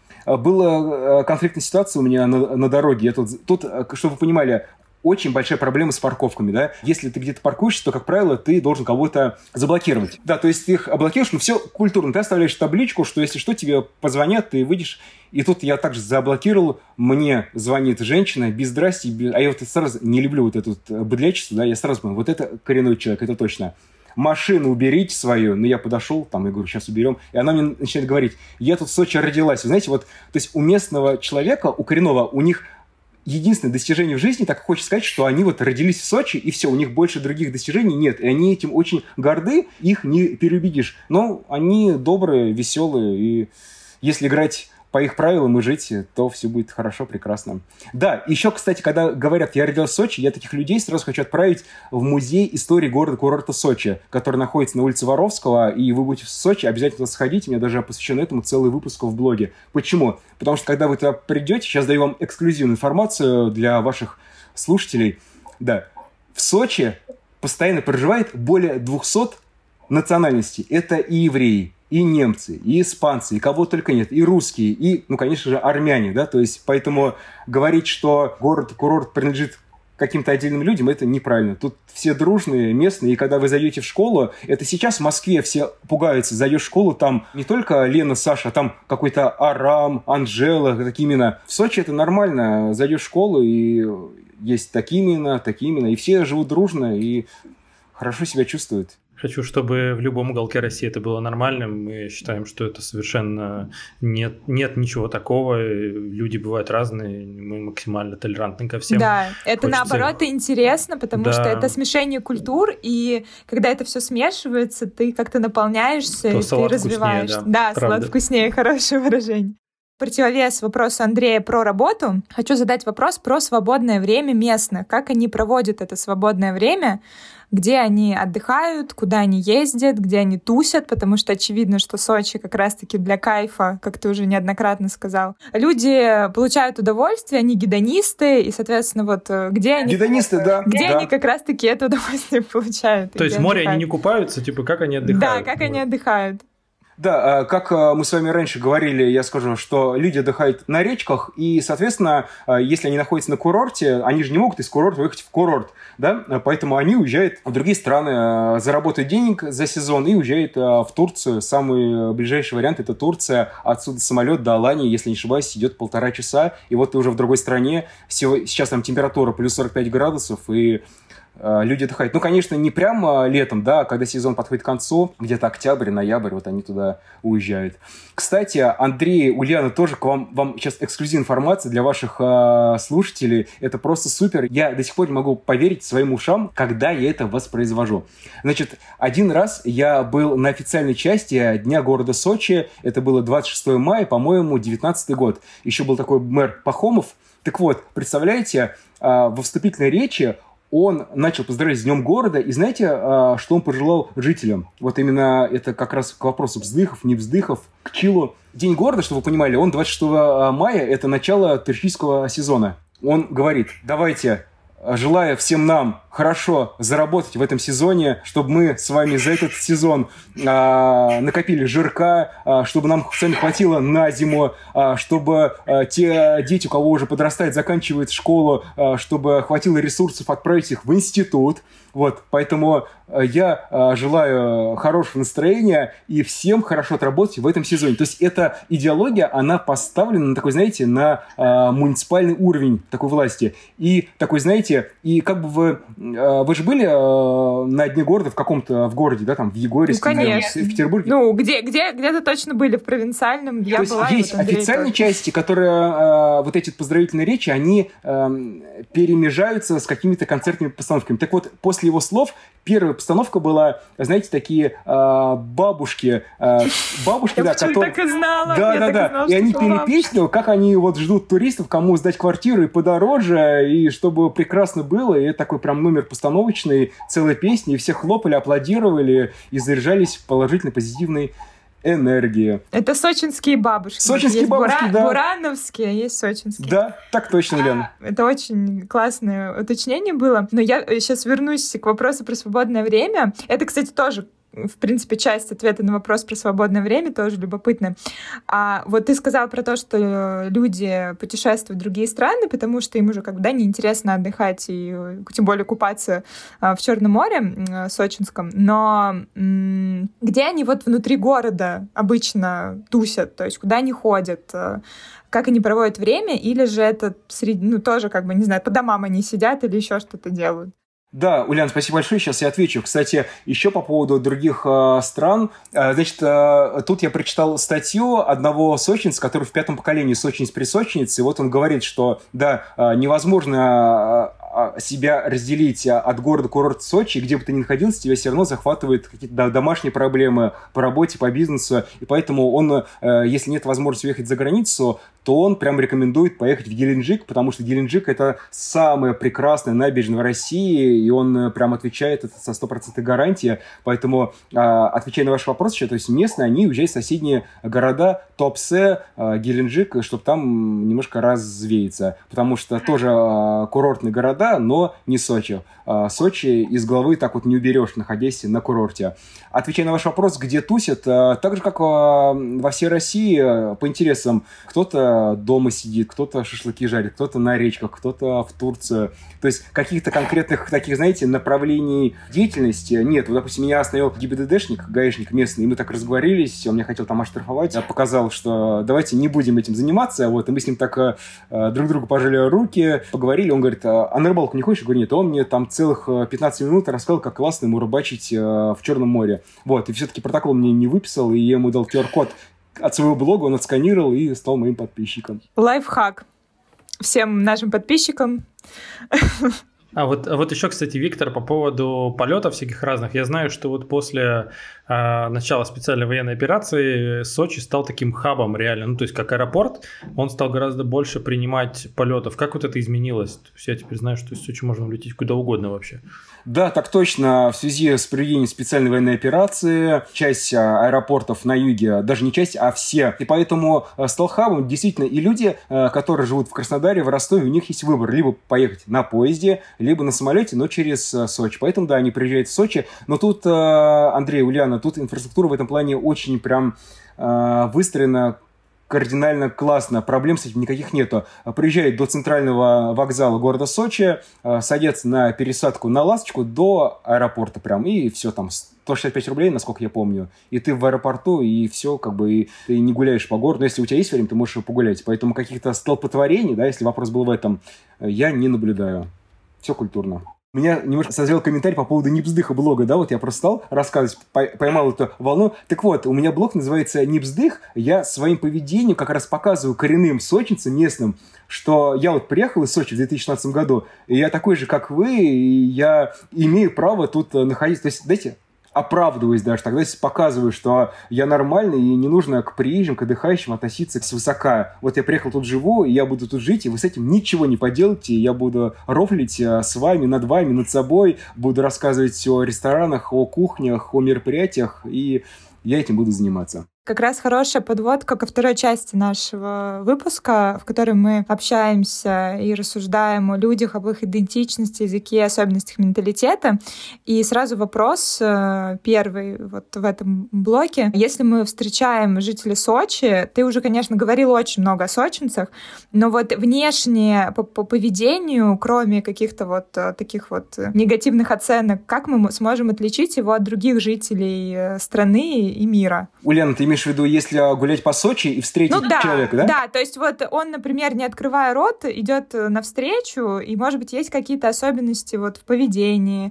была конфликтная ситуация у меня на, на дороге. Я тут, тут, чтобы вы понимали, очень большая проблема с парковками, да. Если ты где-то паркуешься, то, как правило, ты должен кого-то заблокировать. Да, то есть ты их блокируешь, но все культурно. Ты оставляешь табличку, что если что, тебе позвонят, ты выйдешь. И тут я также заблокировал. Мне звонит женщина, без здрасти, без... а я вот сразу не люблю вот это вот быдлячество, да, я сразу понял, вот это коренной человек, это точно. Машину уберите свою. Ну, я подошел, там, я говорю, сейчас уберем. И она мне начинает говорить, я тут в Сочи родилась. Вы знаете, вот, то есть у местного человека, у коренного, у них единственное достижение в жизни, так хочется сказать, что они вот родились в Сочи, и все, у них больше других достижений нет. И они этим очень горды, их не переубедишь. Но они добрые, веселые, и если играть по их правилам и жить, то все будет хорошо, прекрасно. Да, еще, кстати, когда говорят, я родился в Сочи, я таких людей сразу хочу отправить в музей истории города-курорта Сочи, который находится на улице Воровского, и вы будете в Сочи, обязательно туда сходите, у меня даже посвящен этому целый выпуск в блоге. Почему? Потому что, когда вы туда придете, сейчас даю вам эксклюзивную информацию для ваших слушателей, да, в Сочи постоянно проживает более двухсот национальностей. Это и евреи, и немцы, и испанцы, и кого только нет, и русские, и, ну, конечно же, армяне, да, то есть, поэтому говорить, что город-курорт принадлежит каким-то отдельным людям, это неправильно. Тут все дружные, местные, и когда вы зайдете в школу, это сейчас в Москве все пугаются, зайдешь в школу, там не только Лена, Саша, а там какой-то Арам, Анжела, такие имена. В Сочи это нормально, зайдешь в школу, и есть такие имена, такие имена, и все живут дружно, и хорошо себя чувствуют. Хочу, чтобы в любом уголке России это было нормальным. Мы считаем, что это совершенно нет, нет ничего такого. Люди бывают разные, мы максимально толерантны ко всем. Да, это Хочется... наоборот интересно, потому да. что это смешение культур, и когда это все смешивается, ты как-то наполняешься, то и ты развиваешься. Вкуснее, да, да салат вкуснее, хорошее выражение. противовес вопросу Андрея про работу, хочу задать вопрос про свободное время местных. Как они проводят это свободное время, где они отдыхают, куда они ездят, где они тусят, потому что очевидно, что Сочи как раз-таки для кайфа, как ты уже неоднократно сказал. Люди получают удовольствие, они гедонисты, и, соответственно, вот где они... Гедонисты, да. Где да. они как раз-таки это удовольствие получают. То есть в море они не купаются, типа, как они отдыхают? Да, как они отдыхают. Да, как мы с вами раньше говорили, я скажу, что люди отдыхают на речках, и, соответственно, если они находятся на курорте, они же не могут из курорта выехать в курорт, да, поэтому они уезжают в другие страны, заработают денег за сезон и уезжают в Турцию. Самый ближайший вариант – это Турция, отсюда самолет до Алании, если не ошибаюсь, идет полтора часа, и вот ты уже в другой стране, сейчас там температура плюс сорок пять градусов, и люди отдыхают. Ну, конечно, не прямо летом, да, когда сезон подходит к концу, где-то октябрь, ноябрь, вот они туда уезжают. Кстати, Андрей, Ульяна, тоже к вам, вам сейчас эксклюзивная информация для ваших э, слушателей. Это просто супер. Я до сих пор не могу поверить своим ушам, когда я это воспроизвожу. Значит, один раз я был на официальной части Дня города Сочи. Это было двадцать шестого мая, по-моему, девятнадцатый год. Еще был такой мэр Пахомов. Так вот, представляете, э, во вступительной речи он начал поздравлять с Днем города, и знаете, что он пожелал жителям? Вот именно это как раз к вопросу вздыхов, не вздыхов, к чилу. День города, чтобы вы понимали, он двадцать шестого мая, это начало туристического сезона. Он говорит, давайте, желая всем нам хорошо заработать в этом сезоне, чтобы мы с вами за этот сезон а, накопили жирка, а, чтобы нам сами хватило на зиму, а, чтобы а, те дети, у кого уже подрастает, заканчивают школу, а, чтобы хватило ресурсов отправить их в институт. Вот, поэтому я а, желаю хорошего настроения и всем хорошо отработать в этом сезоне. То есть эта идеология, она поставлена на такой, знаете, на а, муниципальный уровень такой власти. И такой, знаете, и как бы вы... Вы же были э, на Дне города в каком-то в городе, да, там в Егорьевске, ну, конечно. в Петербурге? Ну, где, где, где-то точно были в провинциальном. Я То была, есть есть вот официальные тоже. части, которые э, вот эти поздравительные речи, они э, перемежаются с какими-то концертными постановками. Так вот, после его слов первая постановка была, знаете, такие э, бабушки, э, бабушки, да, которые... так и знала. Да, я да, так да. и знала, И они что пели бабушка. песню, как они вот ждут туристов, кому сдать квартиру и подороже, и чтобы прекрасно было. И это такой прям номер постановочный, целая песня, и все хлопали, аплодировали и заряжались положительной, позитивной энергией. Это сочинские бабушки. Сочинские есть бабушки, бура... да. Бурановские, а есть сочинские. Да, так точно, Лена. Это очень классное уточнение было. Но я сейчас вернусь к вопросу про свободное время. Это, кстати, тоже в принципе, часть ответа на вопрос про свободное время, тоже любопытно. А вот ты сказал про то, что люди путешествуют в другие страны, потому что им уже как бы, да, неинтересно отдыхать и тем более купаться в Черном море сочинском. Но м- где они вот внутри города обычно тусят? То есть куда они ходят? Как они проводят время? Или же это среди, ну, тоже как бы, не знаю, по домам они сидят или еще что-то делают? Да, Ульяна, спасибо большое, сейчас я отвечу. Кстати, еще по поводу других э, стран. Э, значит, э, тут я прочитал статью одного сочинца, который в пятом поколении сочинец-присочинец, и вот он говорит, что, да, э, невозможно э, себя разделить от города-курорта Сочи, где бы ты ни находился, тебя все равно захватывают какие-то домашние проблемы по работе, по бизнесу, и поэтому он, э, если нет возможности уехать за границу, то он прям рекомендует поехать в Геленджик, потому что Геленджик – это самая прекрасная набережная в России, и он прям отвечает это со стопроцентной гарантией. Поэтому, отвечая на ваш вопрос, то есть местные, они уезжают в соседние города Туапсе, Геленджик, чтобы там немножко развеяться. Потому что тоже курортные города, но не Сочи. Сочи из головы так вот не уберешь, находясь на курорте. Отвечая на ваш вопрос, где тусят, так же, как во всей России, по интересам, кто-то дома сидит, кто-то шашлыки жарит, кто-то на речках, кто-то в Турцию. То есть каких-то конкретных таких, знаете, направлений деятельности нет. Вот, допустим, меня остановил ГИБДДшник, гаишник местный, и мы так разговорились, он меня хотел там оштрафовать. Я показал, что давайте не будем этим заниматься. Вот, и мы с ним так э, друг другу пожали руки, поговорили. Он говорит, а на рыбалку не хочешь? Я говорю, нет. Он мне там целых пятнадцать минут рассказал, как классно ему рыбачить э, в Черном море. Вот, и все-таки протокол мне не выписал, и я ему дал ку ар-код от своего блога, он отсканировал и стал моим подписчиком. Лайфхак всем нашим подписчикам. А вот, а вот еще, кстати, Виктор, по поводу полетов всяких разных. Я знаю, что вот после э, начала специальной военной операции Сочи стал таким хабом реально. Ну, то есть, как аэропорт, он стал гораздо больше принимать полетов. Как вот это изменилось? То есть, я теперь знаю, что из Сочи можно улететь куда угодно вообще. Да, так точно. В связи с проведением специальной военной операции часть аэропортов на юге, даже не часть, а все. И поэтому стал хабом действительно и люди, которые живут в Краснодаре, в Ростове, у них есть выбор. Либо поехать на поезде, либо на самолете, но через Сочи. Поэтому, да, они приезжают в Сочи. Но тут, Андрей, Ульяна, тут инфраструктура в этом плане очень прям выстроена кардинально классно, проблем с этим никаких нету. Приезжают до центрального вокзала города Сочи, садятся на пересадку на «Ласточку» до аэропорта прям, и все там сто шестьдесят пять рублей, насколько я помню, и ты в аэропорту, и все, как бы, и ты не гуляешь по городу, но если у тебя есть время, ты можешь погулять, поэтому каких-то столпотворений, да, если вопрос был в этом, я не наблюдаю. Все культурно. Меня немножко созрел комментарий по поводу Нипсдыха блога, да, вот я просто стал рассказывать, поймал эту волну. Так вот, у меня блог называется Нипсдых, я своим поведением как раз показываю коренным сочинцам местным, что я вот приехал из Сочи в две тысячи шестнадцатом году, и я такой же, как вы, и я имею право тут находиться, то есть, знаете, оправдываюсь даже, тогда показываю, что я нормальный, и не нужно к приезжим, к отдыхающим относиться свысока. Вот я приехал тут живу, и я буду тут жить, и вы с этим ничего не поделаете, я буду рофлить с вами, над вами, над собой, буду рассказывать о ресторанах, о кухнях, о мероприятиях, и я этим буду заниматься. Как раз хорошая подводка ко второй части нашего выпуска, в которой мы общаемся и рассуждаем о людях, об их идентичности, языке, особенностях менталитета. И сразу вопрос первый вот в этом блоке. Если мы встречаем жителей Сочи, ты уже, конечно, говорил очень много о сочинцах, но вот внешне по, по поведению, кроме каких-то вот таких вот негативных оценок, как мы сможем отличить его от других жителей страны и мира? Ульяна, ты имеешь в виду, если гулять по Сочи и встретить ну, да, человека, да? Да, то есть вот он, например, не открывая рот, идет навстречу, и, может быть, есть какие-то особенности вот в поведении,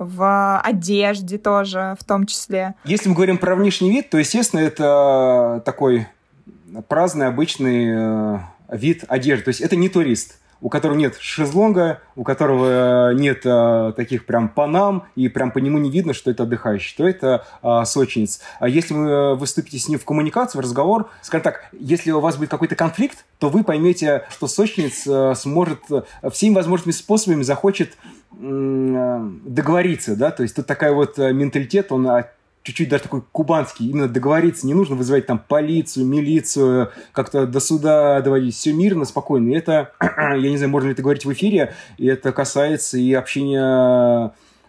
в одежде тоже в том числе. Если мы говорим про внешний вид, то, естественно, это такой праздный, обычный вид одежды. То есть это не турист, у которого нет шезлонга, у которого нет а, таких прям панам, и прям по нему не видно, что это отдыхающий, то это а, сочинец. А если вы выступите с ним в коммуникацию, в разговор, скажем так, если у вас будет какой-то конфликт, то вы поймете, что сочинец а, сможет всеми возможными способами захочет м- договориться, да, то есть тут такая вот менталитет, он чуть-чуть даже такой кубанский, именно договориться, не нужно вызывать там полицию, милицию, как-то до суда доводить, все мирно, спокойно. И это, я не знаю, можно ли это говорить в эфире, и это касается и общения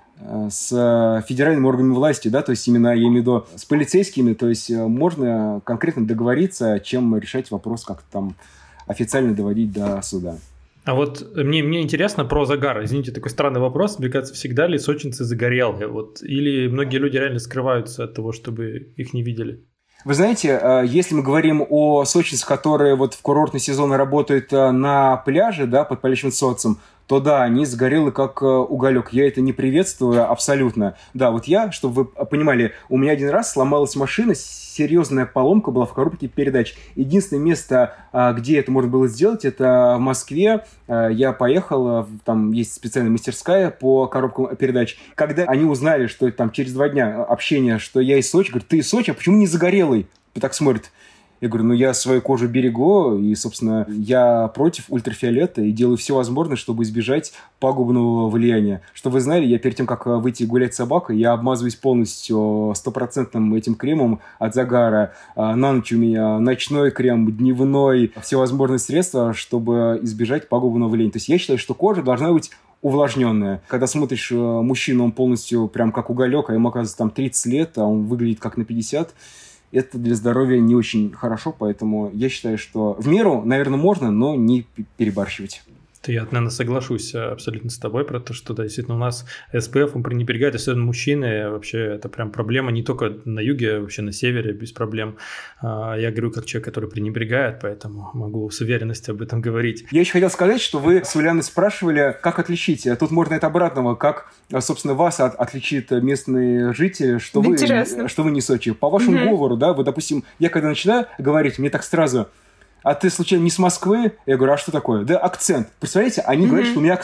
с федеральными органами власти, да, то есть именно, я имею в виду, с полицейскими, то есть можно конкретно договориться, чем решать вопрос, как там официально доводить до суда. А вот мне, мне интересно про загар. Извините, такой странный вопрос. Мне кажется, всегда ли сочинцы загорелые? Вот, или многие люди реально скрываются от того, чтобы их не видели? Вы знаете, если мы говорим о сочинцах, которые вот в курортный сезон работают на пляже, да, под палящим солнцем, то да, они сгорелы как уголек. Я это не приветствую абсолютно. Да, вот я, чтобы вы понимали, у меня один раз сломалась машина, серьезная поломка была в коробке передач. Единственное место, где это можно было сделать, это в Москве. Я поехал, там есть специальная мастерская по коробкам передач. Когда они узнали, что там через два дня общения, что я из Сочи, говорят, ты из Сочи, а почему не загорелый? Так смотрит. Я говорю, ну я свою кожу берегу, и, собственно, я против ультрафиолета и делаю все возможное, чтобы избежать пагубного влияния. Что вы знали, я перед тем, как выйти гулять с собакой, я обмазываюсь полностью стопроцентным этим кремом от загара. На ночь у меня ночной крем, дневной, всевозможные средства, чтобы избежать пагубного влияния. То есть я считаю, что кожа должна быть увлажненная. Когда смотришь мужчину, он полностью прям как уголек, а ему, оказывается, там тридцать лет, а он выглядит как на пятьдесят. Это для здоровья не очень хорошо, поэтому я считаю, что в меру, наверное, можно, но не перебарщивать. Я, наверное, соглашусь абсолютно с тобой про то, что, да, действительно, у нас эс пэ эф он пренебрегает, особенно мужчины. Вообще, это прям проблема не только на юге, вообще на севере без проблем. Я говорю как человек, который пренебрегает, поэтому могу с уверенностью об этом говорить. Я еще хотел сказать, что вы с Ульяной спрашивали, как отличить. Тут можно это обратного, как, собственно, вас от, отличит местные жители, что, вы, что вы не Сочи. По вашему mm-hmm. говору, да, вот, допустим, я когда начинаю говорить, мне так сразу... А ты, случайно, не с Москвы? Я говорю, а что такое? Да, акцент. Представляете, они mm-hmm. говорят, что у меня акцент.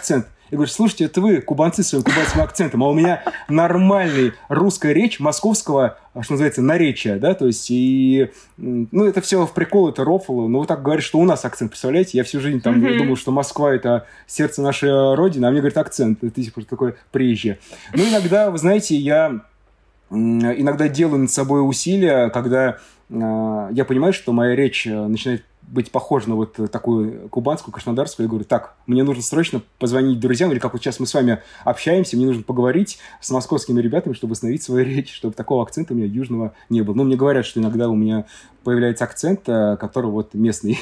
Я говорю, слушайте, это вы, кубанцы, своим кубанским акцентом, а у меня нормальный русская речь московского, что называется, наречия, да, то есть, и, ну, это все в прикол, это рофл, но вы так говорите, что у нас акцент, представляете? Я всю жизнь там mm-hmm. думал, что Москва – это сердце нашей родины, а мне говорят, акцент, это типа такой приезжий. Ну, иногда, вы знаете, я иногда делаю над собой усилия, когда э, я понимаю, что моя речь начинает быть похожа на вот такую кубанскую, краснодарскую. Я говорю, так, мне нужно срочно позвонить друзьям, или как вот сейчас мы с вами общаемся, мне нужно поговорить с московскими ребятами, чтобы восстановить свою речь, чтобы такого акцента у меня южного не было. Ну, мне говорят, что иногда у меня появляется акцент, который вот местный.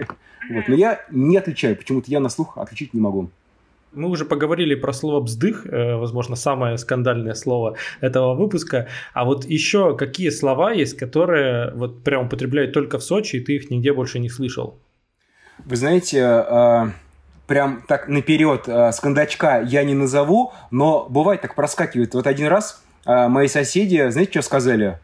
Но я не отличаю, почему-то я на слух отличить не могу. Мы уже поговорили про слово «бздых», возможно, самое скандальное слово этого выпуска. А вот еще какие слова есть, которые вот прям употребляют только в Сочи, и ты их нигде больше не слышал? Вы знаете, прям так наперед с кондачка я не назову, но бывает так проскакивает. Вот один раз мои соседи, знаете, что сказали?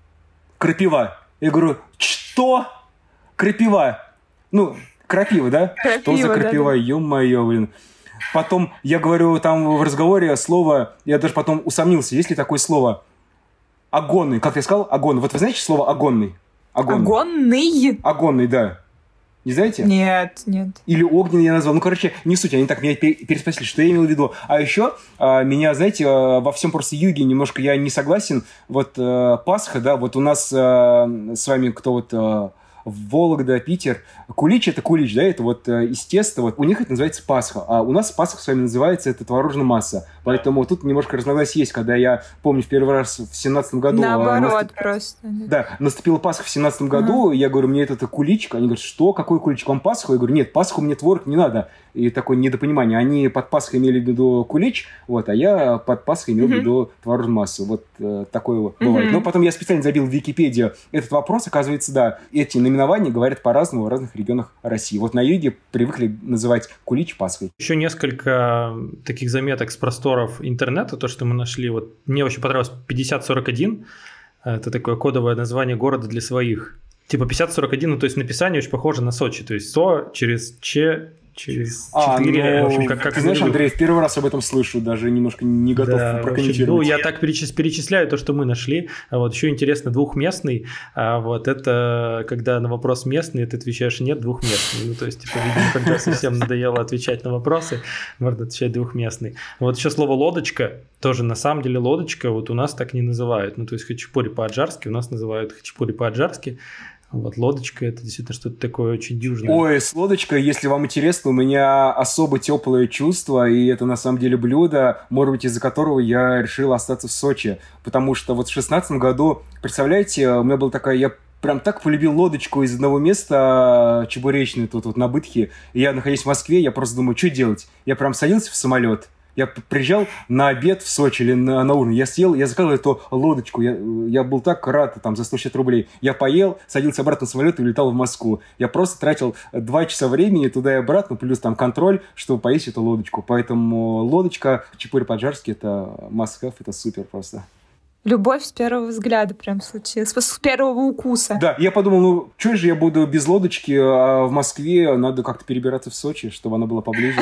Крапива. Я говорю, что? Крапива. Ну, крапива, да? Крапива, что за крапива? Да, да. Ё-моё, блин. Потом я говорю там в разговоре слово, я даже потом усомнился, есть ли такое слово огонный. Как я сказал? Огонный. Вот вы знаете слово огонный? Огонный? Огонный, огонный, да. Не знаете? Нет, нет. Или огненный я назвал. Ну, короче, не суть. Они так меня переспросили, что я имел в виду. А еще а, меня, знаете, а, во всем просто юге немножко я не согласен. Вот а, Пасха, да, вот у нас а, с вами кто вот... А, Вологда, Питер. Кулич – это кулич, да, это вот э, из теста. Вот у них это называется Пасха, а у нас Пасха с вами называется это творожная масса. Поэтому тут немножко разногласий есть, когда я помню в первый раз в семнадцатом году... Наоборот наступ... просто. Да, наступила Пасха в семнадцатом году, uh-huh. я говорю, мне это куличка. Они говорят, что, какой куличик, вам Пасху? Я говорю, нет, Пасху мне творог не надо. И такое недопонимание. Они под Пасхой имели в виду кулич, вот, а я под Пасхой имел uh-huh. в виду творожную массу. Вот э, такое вот бывает. Uh-huh. Но потом я специально забил в Википедию этот вопрос, оказывается, да, эти наименования говорят по-разному в разных регионах России. Вот на юге привыкли называть кулич Пасхой. Еще несколько таких заметок с просторов интернета, то, что мы нашли. Вот мне очень понравилось пятьдесят сорок один. Это такое кодовое название города для своих. Типа пятьдесят сорок один, ну то есть написание очень похоже на Сочи. То есть Со через Че... через четыре. А, ну, в общем, как, как ты знаешь, Андрей, в первый раз об этом слышу, даже немножко не готов да, прокомментировать. Общем, ну, я так перечисляю то, что мы нашли. А вот еще интересно, двухместный. А вот это, когда на вопрос местный, ты отвечаешь нет, двухместный. Ну, то есть, типа, видимо, когда совсем надоело отвечать на вопросы, можно отвечать двухместный. Вот еще слово лодочка, тоже на самом деле лодочка, вот у нас так не называют. Ну, то есть, хачапури по-аджарски, у нас называют хачапури по-аджарски. Вот лодочка – это действительно что-то такое очень дюжное. Ой, с лодочкой, если вам интересно, у меня особо теплые чувства, и это на самом деле блюдо, может быть, из-за которого я решил остаться в Сочи. Потому что вот в шестнадцатом году, представляете, у меня была такая, я прям так полюбил лодочку из одного места, чебуречной тут вот на Бытхе. И я, находясь в Москве, я просто думаю, что делать? Я прям садился в самолет. Я приезжал на обед в Сочи или на, на ужин. Я съел, я заказал эту лодочку. Я, я был так рад там, за сто шестьдесят рублей. Я поел, садился обратно в самолет и улетал в Москву. Я просто тратил два часа времени туда и обратно, плюс там контроль, чтобы поесть эту лодочку. Поэтому лодочка, хачапури по-аджарски, это must-have, это супер просто. Любовь с первого взгляда прям случилась, с первого укуса. Да, я подумал, ну, что же я буду без лодочки, а в Москве надо как-то перебираться в Сочи, чтобы она была поближе.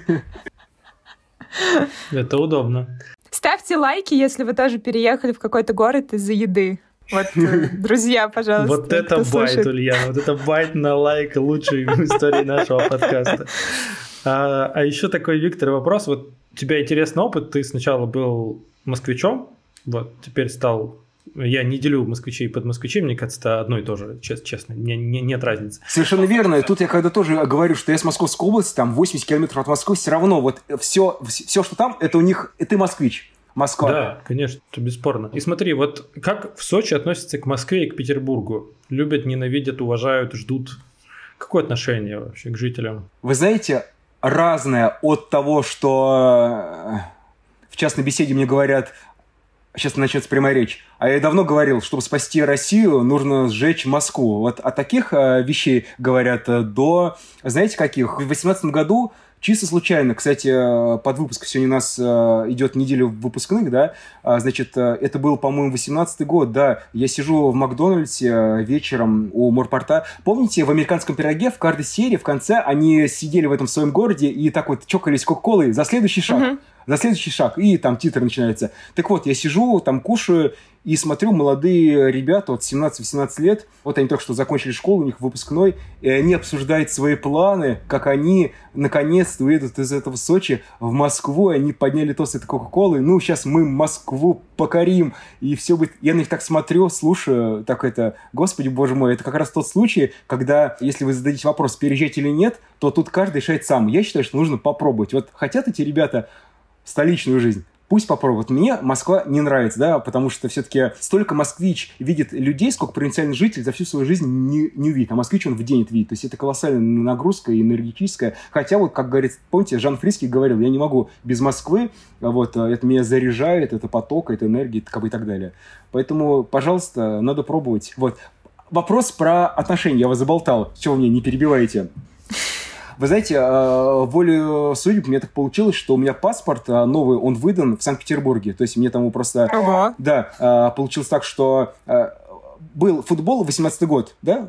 Это удобно. Ставьте лайки, если вы тоже переехали в какой-то город из-за еды. Вот, друзья, пожалуйста. Вот это байт, Ульяна, вот это байт на лайк лучший в истории нашего подкаста. А, а еще такой, Виктор, вопрос. Вот у тебя интересный опыт. Ты сначала был москвичом, вот теперь стал... Я не делю москвичей под москвичей, мне кажется, это одно и то же, честно, не, не, нет разницы. Совершенно верно. Тут я когда тоже говорю, что я с Московской области, там восемьдесят километров от Москвы, все равно вот все, все, что там, это у них, и ты москвич. Москва. Да, конечно, это бесспорно. И смотри, вот как в Сочи относятся к Москве и к Петербургу? Любят, ненавидят, уважают, ждут? Какое отношение вообще к жителям? Вы знаете, разное от того, что в частной беседе мне говорят... Сейчас начнется прямая речь. А я давно говорил, чтобы спасти Россию, нужно сжечь Москву. Вот о таких э, вещей говорят э, до... Знаете, каких? В восемнадцатом году Чисто случайно, кстати, под выпуск сегодня у нас идет неделя выпускных, да, значит, это был, по-моему, восемнадцатый год, да, я сижу в Макдональдсе вечером у морпорта. Помните, в «Американском пироге» в каждой серии в конце они сидели в этом своем городе и так вот чокались кока-колой за следующий шаг. Uh-huh. За следующий шаг, и там титр начинается. Так вот, я сижу, там кушаю, и смотрю, молодые ребята, вот семнадцать-восемнадцать лет, вот они только что закончили школу, у них выпускной, и они обсуждают свои планы, как они наконец-то уедут из этого Сочи в Москву, и они подняли тост этой Кока-Колы, ну, сейчас мы Москву покорим, и все будет... Я на них так смотрю, слушаю, так это, господи, боже мой, это как раз тот случай, когда, если вы зададите вопрос, переезжать или нет, то тут каждый решает сам. Я считаю, что нужно попробовать. Вот хотят эти ребята столичную жизнь, пусть попробуют. Мне Москва не нравится, да, потому что все-таки столько москвич видит людей, сколько провинциальный житель за всю свою жизнь не, не увидит. А москвич он в день это видит. То есть это колоссальная нагрузка энергетическая. Хотя вот, как говорит, помните, Жан Фриске говорил, я не могу без Москвы, вот, это меня заряжает, это поток, это энергия, как бы и так далее. Поэтому, пожалуйста, надо пробовать. Вот. Вопрос про отношения. Я вас заболтал. Чего вы меня не перебиваете? Вы знаете, волею судеб мне так получилось, что у меня паспорт новый, он выдан в Санкт-Петербурге. То есть мне там просто... Ага. Да, получилось так, что... Был футбол, восемнадцатый год, да,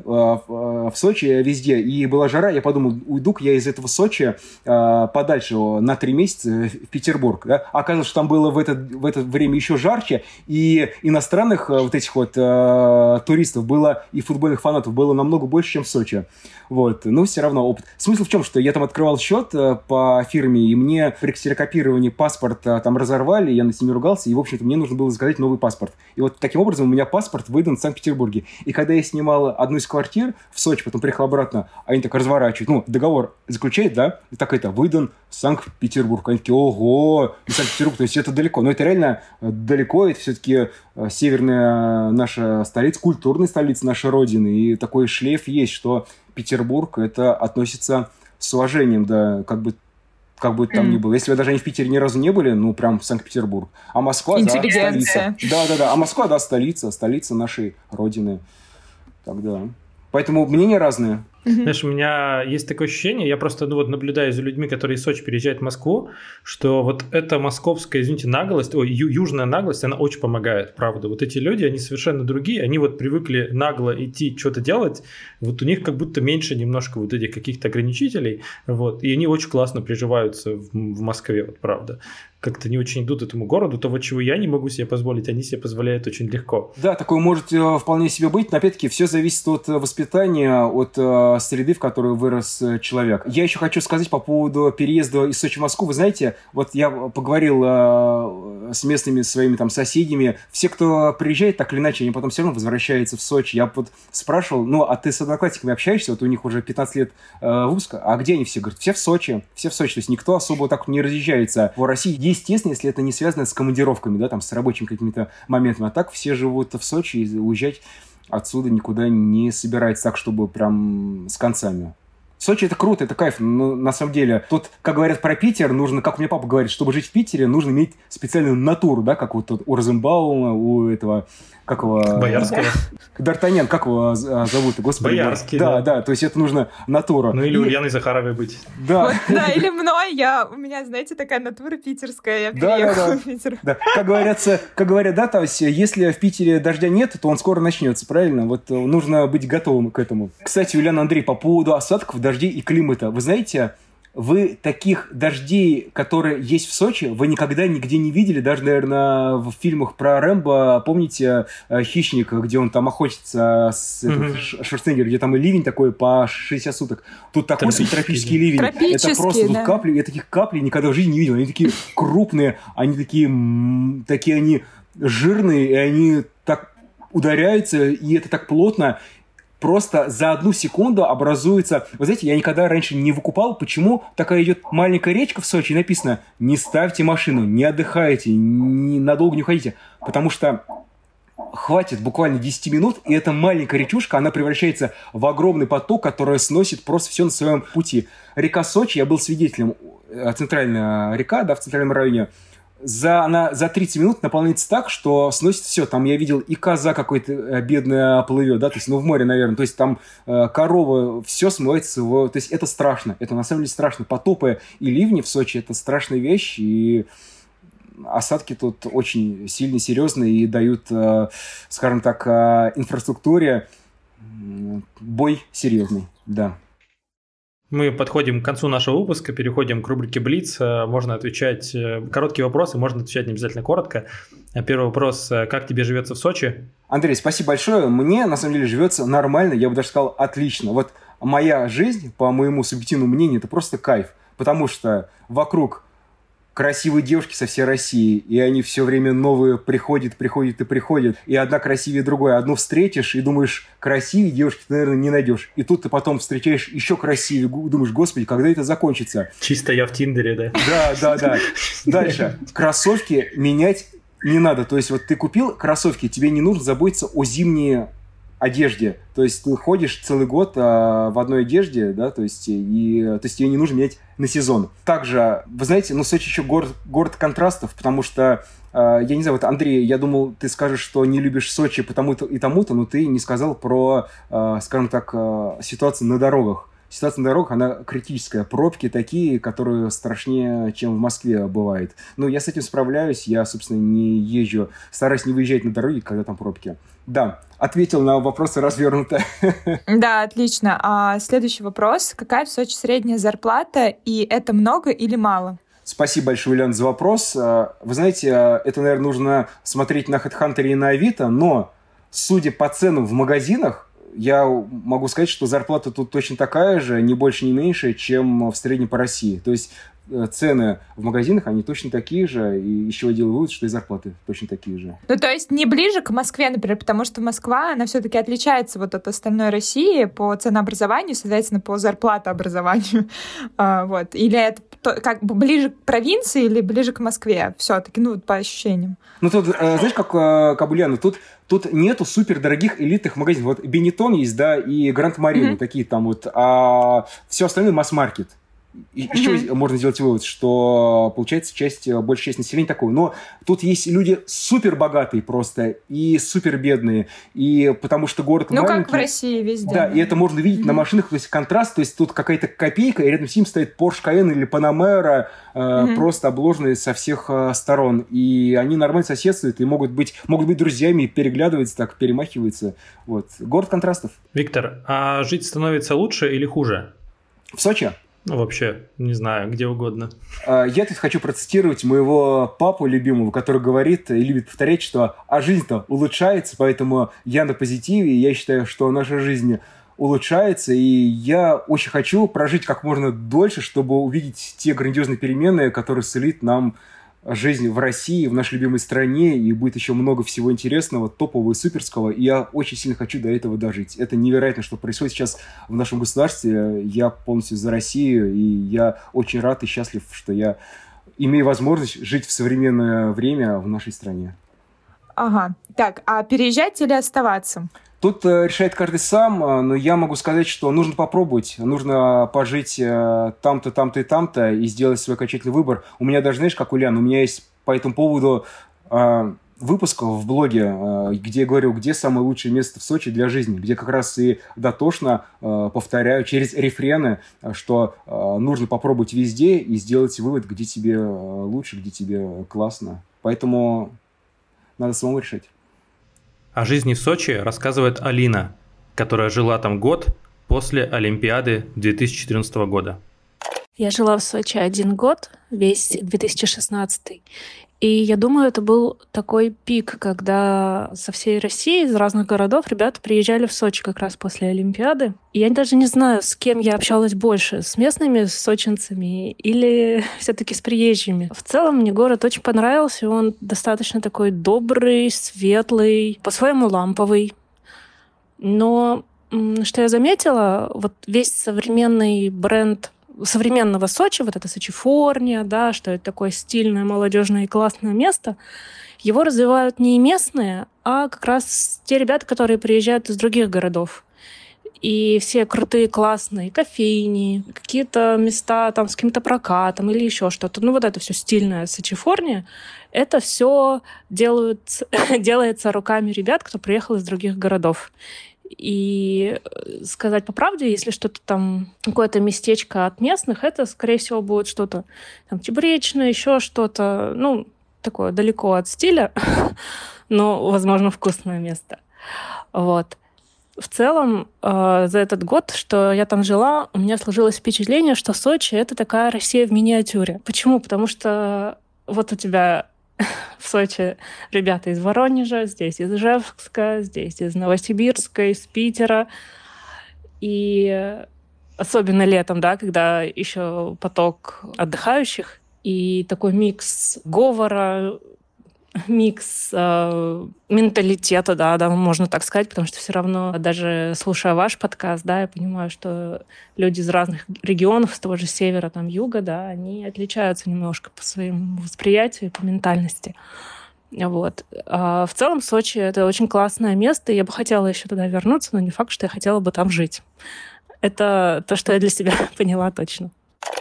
в Сочи везде, и была жара, я подумал, уйду-ка я из этого Сочи подальше на три месяца в Петербург, да. Оказалось, что там было в это, в это время еще жарче, и иностранных вот этих вот туристов было, и футбольных фанатов было намного больше, чем в Сочи. Вот, но все равно опыт. Смысл в чем, что я там открывал счет по фирме, и мне при ксерокопировании паспорт там разорвали, я с ними ругался, и, в общем-то, мне нужно было заказать новый паспорт. И вот таким образом у меня паспорт выдан в Санкт-Петербурге. И когда я снимал одну из квартир в Сочи, потом приехал обратно, они так разворачивают, ну, договор заключает, да, и так это, выдан в Санкт-Петербург. Они такие, ого, и Санкт-Петербург, то есть это далеко. Но это реально далеко, это все-таки северная наша столица, культурная столица нашей Родины, и такой шлейф есть, что Петербург, это относится с уважением, да, как бы, как бы там mm. ни было. Если вы даже они в Питере ни разу не были, ну, прям Санкт-Петербург. А Москва, да, столица. Да-да-да, а Москва, да, столица, столица нашей Родины. Тогда. Поэтому мнения разные. Mm-hmm. Знаешь, у меня есть такое ощущение, я просто ну, вот наблюдаю за людьми, которые из Сочи переезжают в Москву, что вот эта московская, извините, наглость, ой, ю- южная наглость, она очень помогает, правда. Вот эти люди, они совершенно другие, они вот привыкли нагло идти что-то делать, вот у них как будто меньше немножко вот этих каких-то ограничителей, вот, и они очень классно приживаются в, в Москве, вот правда. Как-то не очень идут этому городу, того, чего я не могу себе позволить, они себе позволяют очень легко. Да, такое может э, вполне себе быть, но опять-таки все зависит от воспитания, от э, среды, в которой вырос человек. Я еще хочу сказать по поводу переезда из Сочи в Москву. Вы знаете, вот я поговорил э, с местными своими там соседями, все, кто приезжает, так или иначе, они потом все равно возвращаются в Сочи. Я вот спрашивал, ну, а ты с одноклассниками общаешься, вот у них уже пятнадцать лет э, выпуска, а где они все? Говорят, все в Сочи, все в Сочи, то есть никто особо так не разъезжается по России. Естественно, если это не связано с командировками, да, там, с рабочими какими-то моментами. А так все живут в Сочи, и уезжать отсюда никуда не собирается так, чтобы прям с концами. Сочи – это круто, это кайф, но на самом деле, тут, как говорят про Питер, нужно, как у меня папа говорит, чтобы жить в Питере, нужно иметь специальную натуру, да, как вот тут у Розенбаума, у этого, как его... Боярского. Д'Артаньян, как его зовут? Господи, Боярский, да. Да, да, то есть это нужно натура. Ну или у Ульяны Захаровой быть. Да. Вот, да, или мной, я, у меня, знаете, такая натура питерская, я приехала да, да, в Питер. Да. Как говорится, как говорят, да, то есть если в Питере дождя нет, то он скоро начнется, правильно? Вот нужно быть готовым к этому. Кстати, Юлиана, Андрей, по поводу осадков, дождей и климата. Вы знаете, вы таких дождей, которые есть в Сочи, вы никогда нигде не видели, даже, наверное, в фильмах про Рэмбо, помните «Хищник», где он там охотится с mm-hmm. Шварценеггером, где там и ливень такой по шестьдесят суток. Тут такой тропический ливень. Тропический, это просто да. тут капли, я таких каплей никогда в жизни не видел. Они такие крупные, они такие, такие они жирные, и они так ударяются, и это так плотно. Просто за одну секунду образуется... Вы знаете, я никогда раньше не выкупал, почему такая идет маленькая речка в Сочи, и написано «Не ставьте машину, не отдыхайте, не, надолго не уходите». Потому что хватит буквально десять минут, и эта маленькая речушка, она превращается в огромный поток, который сносит просто все на своем пути. Река Сочи, я был свидетелем, центральная река, да, в центральном районе, за, она за тридцать минут наполняется так, что сносит все. Там я видел и коза какой-то бедная плывет, да, то есть, ну, в море, наверное. То есть там э, корова, все смывается. В... То есть это страшно. Это на самом деле страшно. Потопы и ливни в Сочи – это страшная вещь. И осадки тут очень сильные, серьезные и дают, э, скажем так, э, инфраструктуре бой серьезный, да. Мы подходим к концу нашего выпуска, переходим к рубрике «Блиц». Можно отвечать короткие вопросы, можно отвечать не обязательно коротко. Первый вопрос. Как тебе живется в Сочи? Андрей, спасибо большое. Мне, на самом деле, живется нормально, я бы даже сказал, отлично. Вот моя жизнь, по моему субъективному мнению, это просто кайф. Потому что вокруг красивые девушки со всей России, и они все время новые приходят, приходят и приходят, и одна красивее другой. Одну встретишь и думаешь, красивее девушки ты, наверное, не найдешь. И тут ты потом встречаешь еще красивее, думаешь, господи, когда это закончится? Чисто я в Тиндере, да? Да, да, да. Дальше. Кроссовки менять не надо. То есть вот ты купил кроссовки, тебе не нужно заботиться о зимней одежде. То есть ты ходишь целый год а, в одной одежде, да, то есть, и, то есть тебе не нужно менять на сезон. Также, вы знаете, ну, Сочи еще город, город контрастов, потому что, а, я не знаю, вот, Андрей, я думал, ты скажешь, что не любишь Сочи потому-то и тому-то, но ты не сказал про, а, скажем так, а, ситуацию на дорогах. Ситуация на дорогах, она критическая. Пробки такие, которые страшнее, чем в Москве бывает. Но я с этим справляюсь. Я, собственно, не езжу, стараюсь не выезжать на дороги, когда там пробки. Да, ответил на вопросы развернуто. Да, отлично. А следующий вопрос. Какая в Сочи средняя зарплата, и это много или мало? Спасибо большое, Юлиан, за вопрос. Вы знаете, это, наверное, нужно смотреть на HeadHunter и на Авито, но, судя по ценам в магазинах, я могу сказать, что зарплата тут точно такая же, не больше, не меньше, чем в среднем по России. То есть цены в магазинах, они точно такие же, и еще я делаю вывод, что и зарплаты точно такие же. Ну, то есть не ближе к Москве, например, потому что Москва, она все-таки отличается вот от остальной России по ценообразованию, соответственно, по зарплатообразованию. А, вот. Или это как бы ближе к провинции или ближе к Москве все-таки, ну, по ощущениям. Ну, тут, знаешь, как, как Ульяна, тут Тут нету супердорогих элитных магазинов. Вот Бенетон есть, да, и Гранд Марина, mm-hmm. такие там вот. А все остальное масс-маркет. И mm-hmm. еще можно сделать вывод, что, получается, часть, большая часть населения такого. Но тут есть люди супер богатые просто и супер бедные. И потому что город ну, маленький. Ну, как в России везде. Да, и это можно видеть mm-hmm. на машинах, то есть контраст. То есть тут какая-то копейка, и рядом с ним стоит Porsche Cayenne или Panamera, э, mm-hmm. просто обложенные со всех э, сторон. И они нормально соседствуют, и могут быть, могут быть друзьями, переглядываются, так, перемахиваются. Вот. Город контрастов. Виктор, а жить становится лучше или хуже? В Сочи? Ну, вообще, не знаю, где угодно. Я тут хочу процитировать моего папу любимого, который говорит и любит повторять, что «а жизнь-то улучшается», поэтому я на позитиве, и я считаю, что наша жизнь улучшается, и я очень хочу прожить как можно дольше, чтобы увидеть те грандиозные перемены, которые сулит нам жизнь в России, в нашей любимой стране, и будет еще много всего интересного, топового и суперского, и я очень сильно хочу до этого дожить. Это невероятно, что происходит сейчас в нашем государстве. Я полностью за Россию, и я очень рад и счастлив, что я имею возможность жить в современное время в нашей стране. Ага. Так, а переезжать или оставаться? Тут э, решает каждый сам, но я могу сказать, что нужно попробовать, нужно пожить э, там-то, там-то и там-то и сделать свой окончательный выбор. У меня даже, знаешь, как у Ульяны, у меня есть по этому поводу э, выпуск в блоге, э, где я говорю, где самое лучшее место в Сочи для жизни, где как раз и дотошно э, повторяю через рефрены, что э, нужно попробовать везде и сделать вывод, где тебе лучше, где тебе классно. Поэтому надо самому решать. О жизни в Сочи рассказывает Алина, которая жила там год после Олимпиады две тысячи четырнадцатого года. Я жила в Сочи один год, весь две тысячи шестнадцатый. И я думаю, это был такой пик, когда со всей России, из разных городов ребята приезжали в Сочи как раз после Олимпиады. И я даже не знаю, с кем я общалась больше, с местными сочинцами или все-таки с приезжими. В целом мне город очень понравился, он достаточно такой добрый, светлый, по-своему ламповый. Но что я заметила, вот весь современный бренд современного Сочи, вот это Сочифорния, да, что это такое стильное, молодежное и классное место, его развивают не местные, а как раз те ребята, которые приезжают из других городов. и все крутые, классные кофейни, какие-то места там с каким-то прокатом или еще что-то. Ну, вот это все стильное Сочи-Форния, это все делают, делается руками ребят, кто приехал из других городов. И сказать по правде, если что-то там, какое-то местечко от местных, это, скорее всего, будет что-то там чебуречное, еще что-то, ну, такое далеко от стиля, но, возможно, вкусное место. Вот. В целом, э, за этот год, что я там жила, у меня сложилось впечатление, что Сочи — это такая Россия в миниатюре. Почему? Потому что вот у тебя в Сочи ребята из Воронежа, здесь из Ижевска, здесь из Новосибирска, из Питера. И особенно летом, да, когда еще поток отдыхающих, и такой микс говора, микс э, менталитета, да, да, можно так сказать, потому что все равно, даже слушая ваш подкаст, да, я понимаю, что люди из разных регионов, с того же севера, там, юга, да, они отличаются немножко по своему восприятию, по ментальности. Вот. А в целом Сочи — это очень классное место, и я бы хотела еще туда вернуться, но не факт, что я хотела бы там жить. Это то, что я для себя поняла точно.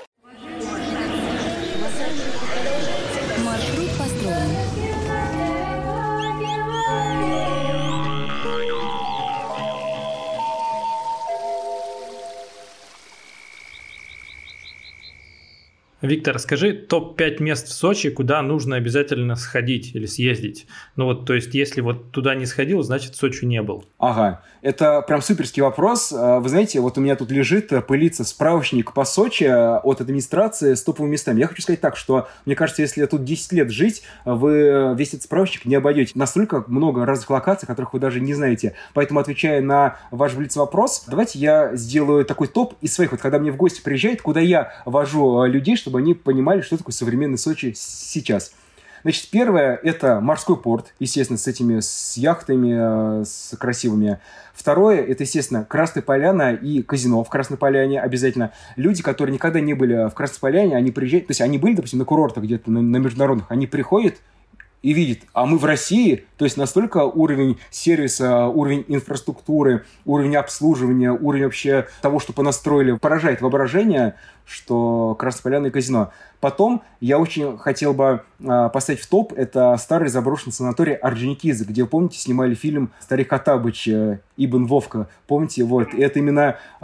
Виктор, расскажи топ пять мест в Сочи, куда нужно обязательно сходить или съездить. Ну вот, то есть, если вот туда не сходил, значит, в Сочи не был. Ага, это прям суперский вопрос. Вы знаете, вот у меня тут лежит, пылится справочник по Сочи от администрации с топовыми местами. Я хочу сказать так, что, мне кажется, если тут десять лет жить, вы весь этот справочник не обойдете. Настолько много разных локаций, которых вы даже не знаете. Поэтому, отвечая на ваш блиц-вопрос, давайте я сделаю такой топ из своих. Вот когда мне в гости приезжают, куда я вожу людей, чтобы чтобы они понимали, что такое современный Сочи сейчас. Значит, первое – это морской порт, естественно, с этими, с яхтами, с красивыми. Второе – это, естественно, Красная Поляна и казино в Красной Поляне обязательно. Люди, которые никогда не были в Красной Поляне, они приезжают, то есть они были, допустим, на курортах где-то, на, на международных, они приходят и видят, а мы в России, то есть настолько уровень сервиса, уровень инфраструктуры, уровень обслуживания, уровень вообще того, что понастроили, поражает воображение, что Красная Поляна и казино. Потом я очень хотел бы э, поставить в топ, это старый заброшенный санаторий Орджоникидзе, где, помните, снимали фильм «Старик Хоттабыч», э, Ибн Вовка, помните, вот, и это именно э,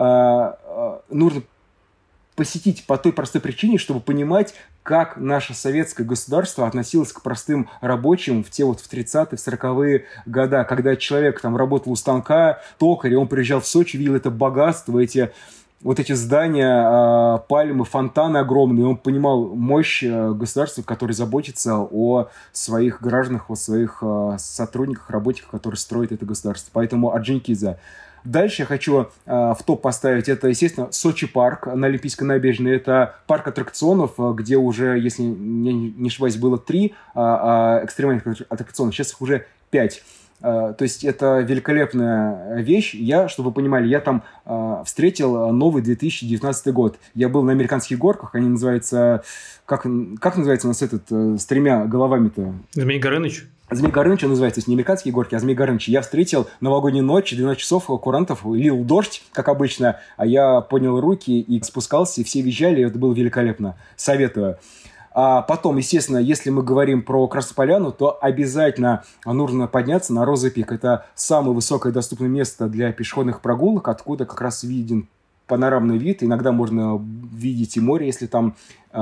э, нужно посетить по той простой причине, чтобы понимать, как наше советское государство относилось к простым рабочим в те вот в тридцатые, в сороковые года, когда человек там работал у станка, токарь, и он приезжал в Сочи, видел это богатство, эти вот эти здания, пальмы, фонтаны огромные, он понимал мощь государства, которое заботится о своих гражданах, о своих сотрудниках, работниках, которые строят это государство. Поэтому Орджоникидзе. Дальше я хочу э, в топ поставить, это, естественно, Сочи парк на Олимпийской набережной. Это парк аттракционов, где уже, если не, не ошибаюсь, было три а, а, экстремальных аттракционов, сейчас их уже пять. Uh, то есть это великолепная вещь. Я, чтобы вы понимали, я там uh, встретил новый две тысячи девятнадцатый год. Я был на американских горках, они называются... Как, как называется у нас этот uh, с тремя головами-то? Змей Горыныч. Змей Горыныч он называется, то есть не американские горки, а Змей Горыныч. Я встретил новогоднюю ночь, двенадцать часов курантов, лил дождь, как обычно, а я поднял руки и спускался, и все визжали, и это было великолепно. Советую. А потом, естественно, если мы говорим про Красную Поляну, то обязательно нужно подняться на Розовый пик. Это самое высокое доступное место для пешеходных прогулок, откуда как раз виден панорамный вид. Иногда можно видеть и море, если там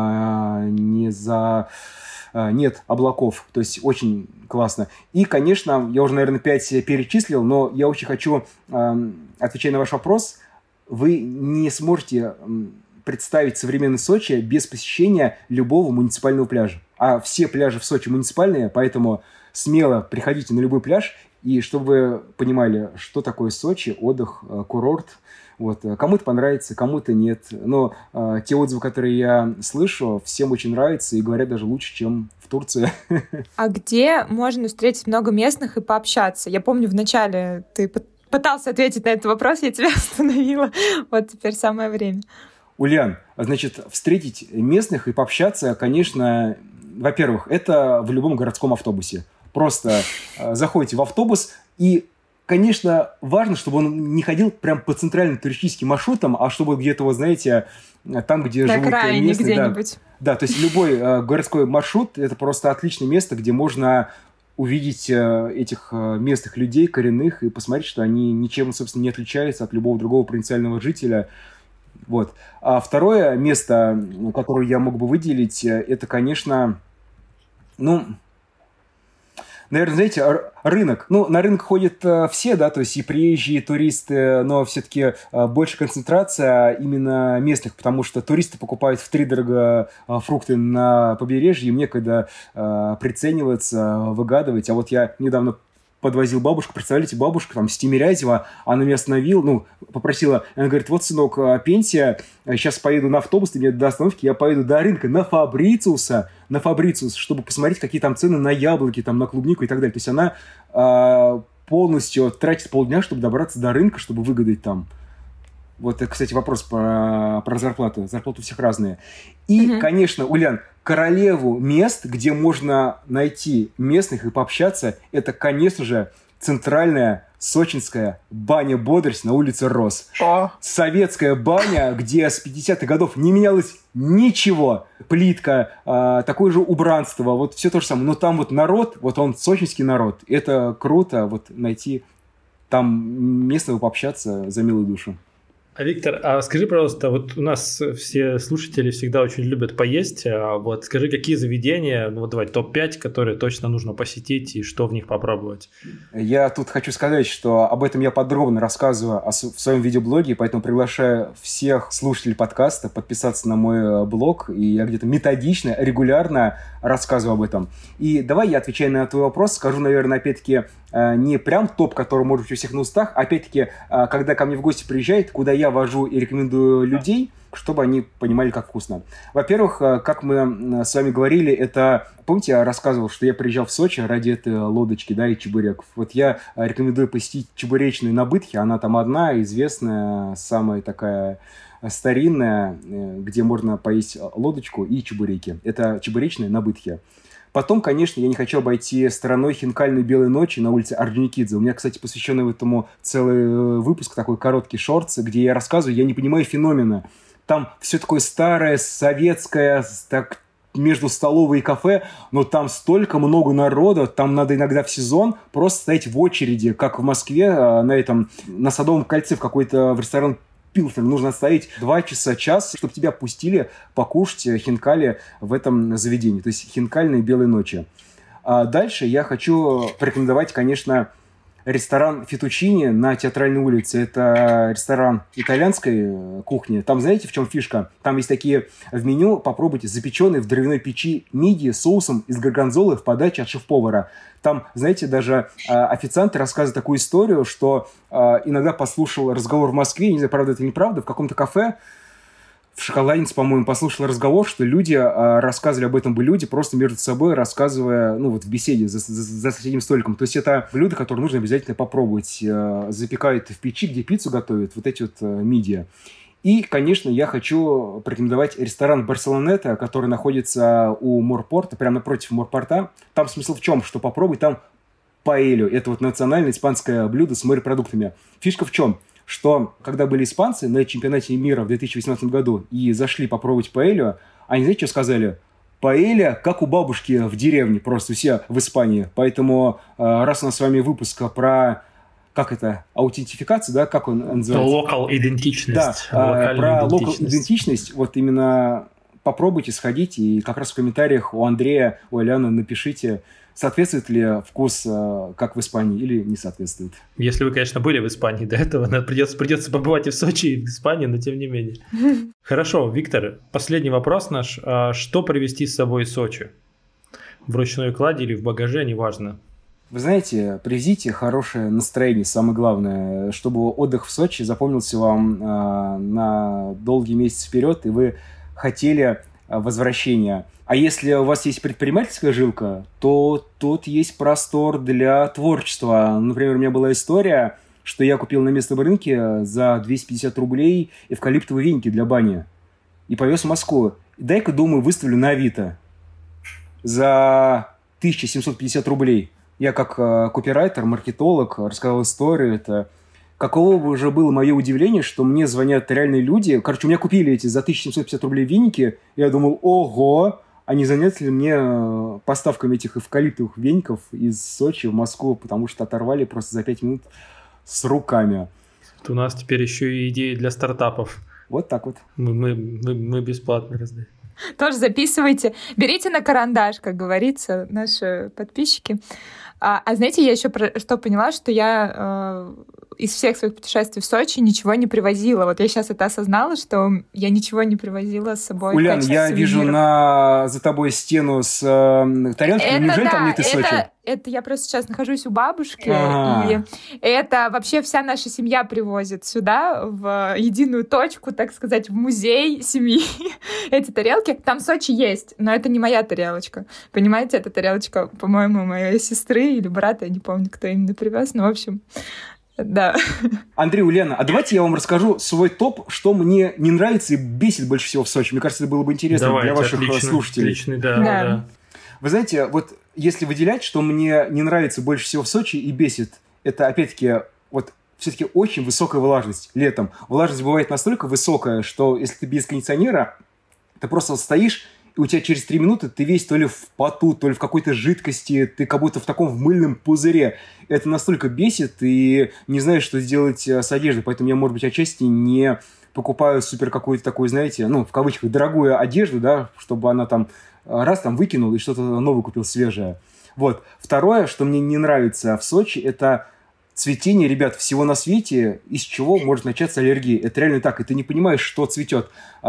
а, не за... а, нет облаков. То есть очень классно. И, конечно, я уже, наверное, пять перечислил, но я очень хочу, а, отвечая на ваш вопрос, вы не сможете... представить современный Сочи без посещения любого муниципального пляжа. А все пляжи в Сочи муниципальные, поэтому смело приходите на любой пляж, и чтобы вы понимали, что такое Сочи, отдых, курорт. Вот. Кому-то понравится, кому-то нет. Но э, те отзывы, которые я слышу, всем очень нравятся и говорят даже лучше, чем в Турции. А где можно встретить много местных и пообщаться? Я помню, вначале ты пытался ответить на этот вопрос, я тебя остановила. Вот теперь самое время. Ульян, значит, встретить местных и пообщаться, конечно, во-первых, это в любом городском автобусе. Просто э, заходите в автобус и конечно, важно, чтобы он не ходил прям по центральным туристическим маршрутам, а чтобы где-то, вот знаете, там, где на живут крайне местные... где-нибудь. Да, да, то есть любой э, городской маршрут – это просто отличное место, где можно увидеть э, этих э, местных людей, коренных, и посмотреть, что они ничем, собственно, не отличаются от любого другого провинциального жителя. Вот. А второе место, которое я мог бы выделить, это, конечно, ну... Наверное, знаете, рынок. Ну, на рынок ходят э, все, да, то есть и приезжие, и туристы, но все-таки э, больше концентрация именно местных, потому что туристы покупают втридорого э, фрукты на побережье, им некогда э, прицениваться, выгадывать. А вот я недавно подвозил бабушку, представляете, бабушка там с Тимирязева, она меня остановила, ну, попросила, она говорит, вот, сынок, пенсия, сейчас поеду на автобус, ты меня до остановки, я поеду до рынка, на Фабрициуса, на Фабрициус, чтобы посмотреть, какие там цены на яблоки, там, на клубнику и так далее. То есть она э, полностью тратит полдня, чтобы добраться до рынка, чтобы выгадать там. Вот, кстати, вопрос про, про зарплату. Зарплаты у всех разные. И, mm-hmm. конечно, Улян, королеву мест, где можно найти местных и пообщаться, это, конечно же, центральная сочинская баня «Бодрость» на улице Рос. Oh. Советская баня, где с пятидесятых годов не менялось ничего. Плитка, э, такое же убранство, вот все то же самое. Но там вот народ, вот он сочинский народ. Это круто, вот найти там местного пообщаться за милую душу. А, Виктор, а скажи, пожалуйста, вот у нас все слушатели всегда очень любят поесть, а вот скажи, какие заведения, ну вот давай, топ пять, которые точно нужно посетить и что в них попробовать? Я тут хочу сказать, что об этом я подробно рассказываю в своем видеоблоге, поэтому приглашаю всех слушателей подкаста подписаться на мой блог, и я где-то методично, регулярно рассказываю об этом. И давай я, отвечая на твой вопрос, скажу, наверное, опять-таки, не прям топ, который может быть у всех на устах, а опять-таки, когда ко мне в гости приезжают, куда я вожу и рекомендую людей, чтобы они понимали, как вкусно. Во-первых, как мы с вами говорили, это... Помните, я рассказывал, что я приезжал в Сочи ради этой лодочки, да, и чебуреков. Вот я рекомендую посетить чебуречную на Бытхе. Она там одна, известная, самая такая старинная, где можно поесть лодочку и чебуреки. Это чебуречная на Бытхе. Потом, конечно, я не хочу обойти стороной хинкальной белой ночи на улице Орджоникидзе. У меня, кстати, посвященный этому целый выпуск, такой короткий шортс, где я рассказываю, я не понимаю феномена. Там все такое старое, советское, так, между столовой и кафе, но там столько много народа, там надо иногда в сезон просто стоять в очереди, как в Москве, на этом, на Садовом кольце в какой-то в ресторан Пилснер. Нужно стоять два часа, час, чтобы тебя пустили покушать хинкали в этом заведении. То есть хинкальные белые ночи. А дальше я хочу порекомендовать, конечно, ресторан Фетучини на Театральной улице. Это ресторан итальянской кухни. Там, знаете, в чем фишка? Там есть такие в меню, попробуйте, запеченные в дровяной печи мидии с соусом из горгонзолы в подаче от шеф-повара. Там, знаете, даже э, официанты рассказывают такую историю, что э, иногда послушал разговор в Москве, не знаю, правда это или неправда, в каком-то кафе, в Шоколаднице, по-моему, послушал разговор, что люди э, рассказывали об этом блюде просто между собой, рассказывая, ну, вот в беседе за, за, за соседним столиком. То есть это блюдо, которое нужно обязательно попробовать. Э, запекают в печи, где пиццу готовят, вот эти вот э, мидии. И, конечно, я хочу порекомендовать ресторан «Барселонета», который находится у морпорта, прямо напротив морпорта. Там смысл в чем? Что попробуй там паэлью. Это вот национальное испанское блюдо с морепродуктами. Фишка в чем? Что когда были испанцы на чемпионате мира в две тысячи восемнадцатом году и зашли попробовать паэлью, они, знаете, что сказали? Паэлья, как у бабушки в деревне, просто все в Испании. Поэтому, раз у нас с вами выпуск про... Как это? Аутентификация, да? Как он называется? Локал идентичность. Да, про локал идентичность. Вот именно попробуйте, сходите. И как раз в комментариях у Андрея, у Аляны напишите, соответствует ли вкус как в Испании или не соответствует. Если вы, конечно, были в Испании до этого, придется, придется побывать и в Сочи, и в Испании, но тем не менее. Хорошо, Виктор, последний вопрос наш. Что привезти с собой из Сочи? В ручной кладе или в багаже, неважно. Вы знаете, привезите хорошее настроение, самое главное, чтобы отдых в Сочи запомнился вам э, на долгие месяцы вперед, и вы хотели э, возвращения. А если у вас есть предпринимательская жилка, то тут есть простор для творчества. Например, у меня была история, что я купил на местном рынке за двести пятьдесят рублей эвкалиптовые веники для бани и повез в Москву. Дай-ка, думаю, выставлю на Авито за тысяча семьсот пятьдесят рублей. Я как э, копирайтер, маркетолог рассказал историю. Это каково бы уже было мое удивление, что мне звонят реальные люди. Короче, у меня купили эти за тысяча семьсот пятьдесят рублей веники. Я думал, ого, а не занятся ли мне поставками этих эвкалиптовых веников из Сочи в Москву, потому что оторвали просто за пять минут с руками. У нас теперь еще и идеи для стартапов. Вот так вот. Мы, мы, мы, мы бесплатно раздаем. Тоже записывайте. Берите на карандаш, как говорится, наши подписчики. А, а знаете, я еще про, что поняла, что я э, из всех своих путешествий в Сочи ничего не привозила. Вот я сейчас это осознала, что я ничего не привозила с собой. Улян, я сувениров. Вижу на, за тобой стену с э, тарелкой. Неужели да, там нет и Сочи? Это, это я просто сейчас нахожусь у бабушки, А-а-а. и это вообще вся наша семья привозит сюда, в единую точку, так сказать, в музей семьи эти тарелки. Там Сочи есть, но это не моя тарелочка. Понимаете, это тарелочка, по-моему, моей сестры или брата, я не помню, кто именно привез, но, в общем, да. Андрей, Ульяна, а давайте я вам расскажу свой топ, что мне не нравится и бесит больше всего в Сочи. Мне кажется, это было бы интересно Давайте, для ваших отлично, слушателей. Отлично, да, Да. да. Вы знаете, вот если выделять, что мне не нравится больше всего в Сочи и бесит, это, опять-таки, вот все-таки очень высокая влажность летом. Влажность бывает настолько высокая, что если ты без кондиционера, ты просто стоишь, и у тебя через три минуты ты весь то ли в поту, то ли в какой-то жидкости, ты как будто в таком в мыльном пузыре. Это настолько бесит, и не знаешь, что сделать с одеждой. Поэтому я, может быть, отчасти не покупаю супер какую-то такую, знаете, ну, в кавычках, дорогую одежду, да, чтобы она там раз там выкинул и что-то новое купил, свежее. Вот. Второе, что мне не нравится в Сочи, это цветение, ребят, всего на свете, из чего может начаться аллергия. Это реально так, и ты не понимаешь, что цветет.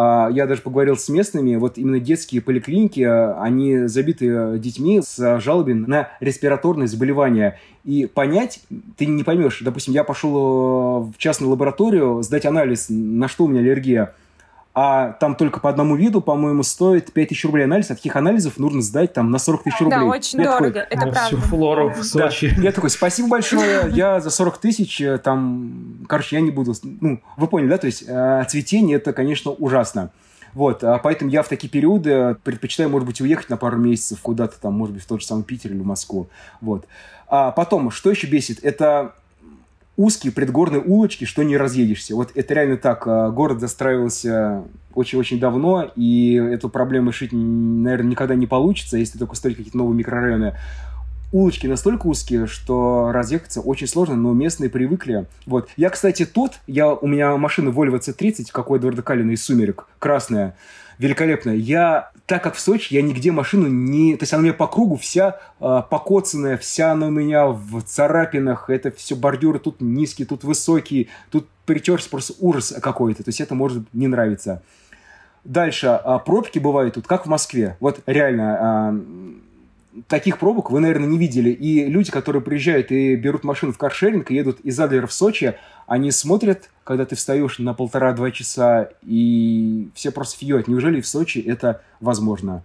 Я даже поговорил с местными, вот именно детские поликлиники, они забиты детьми с жалобами на респираторные заболевания. И понять ты не поймешь. Допустим, я пошел в частную лабораторию сдать анализ, на что у меня аллергия. А там только по одному виду, по-моему, стоит пять тысяч рублей анализ. А таких анализов нужно сдать там на сорок тысяч рублей. Да, очень я дорого, такой, это Ну, правда. всю флору в Сочи. Да. Я такой, спасибо большое, я за сорок тысяч, там, короче, я не буду... Ну, вы поняли, да? То есть цветение – это, конечно, ужасно. Вот, поэтому я в такие периоды предпочитаю, может быть, уехать на пару месяцев куда-то там, может быть, в тот же самый Питер или в Москву. Вот. А потом, что еще бесит? Это узкие предгорные улочки, что не разъедешься. Вот это реально так. Город застраивался очень-очень давно, и эту проблему решить, наверное, никогда не получится, если только строить какие-то новые микрорайоны. Улочки настолько узкие, что разъехаться очень сложно, но местные привыкли. Вот. Я, кстати, тот, я, у меня машина Volvo си тридцать, как у Эдварда Каллена из «Сумерек», красная, великолепная. Я, так как в Сочи, я нигде машину не... То есть она у меня по кругу вся э, покоцанная, вся она у меня в царапинах, это все бордюры тут низкие, тут высокие, тут притерся просто ужас какой-то. То есть это может не нравиться. Дальше. Э, пробки бывают тут, как в Москве. Вот реально... Э, Таких пробок вы, наверное, не видели. И люди, которые приезжают и берут машину в каршеринг и едут из Адлера в Сочи, они смотрят, когда ты встаешь на полтора-два часа, и все просто фиют. Неужели в Сочи это возможно?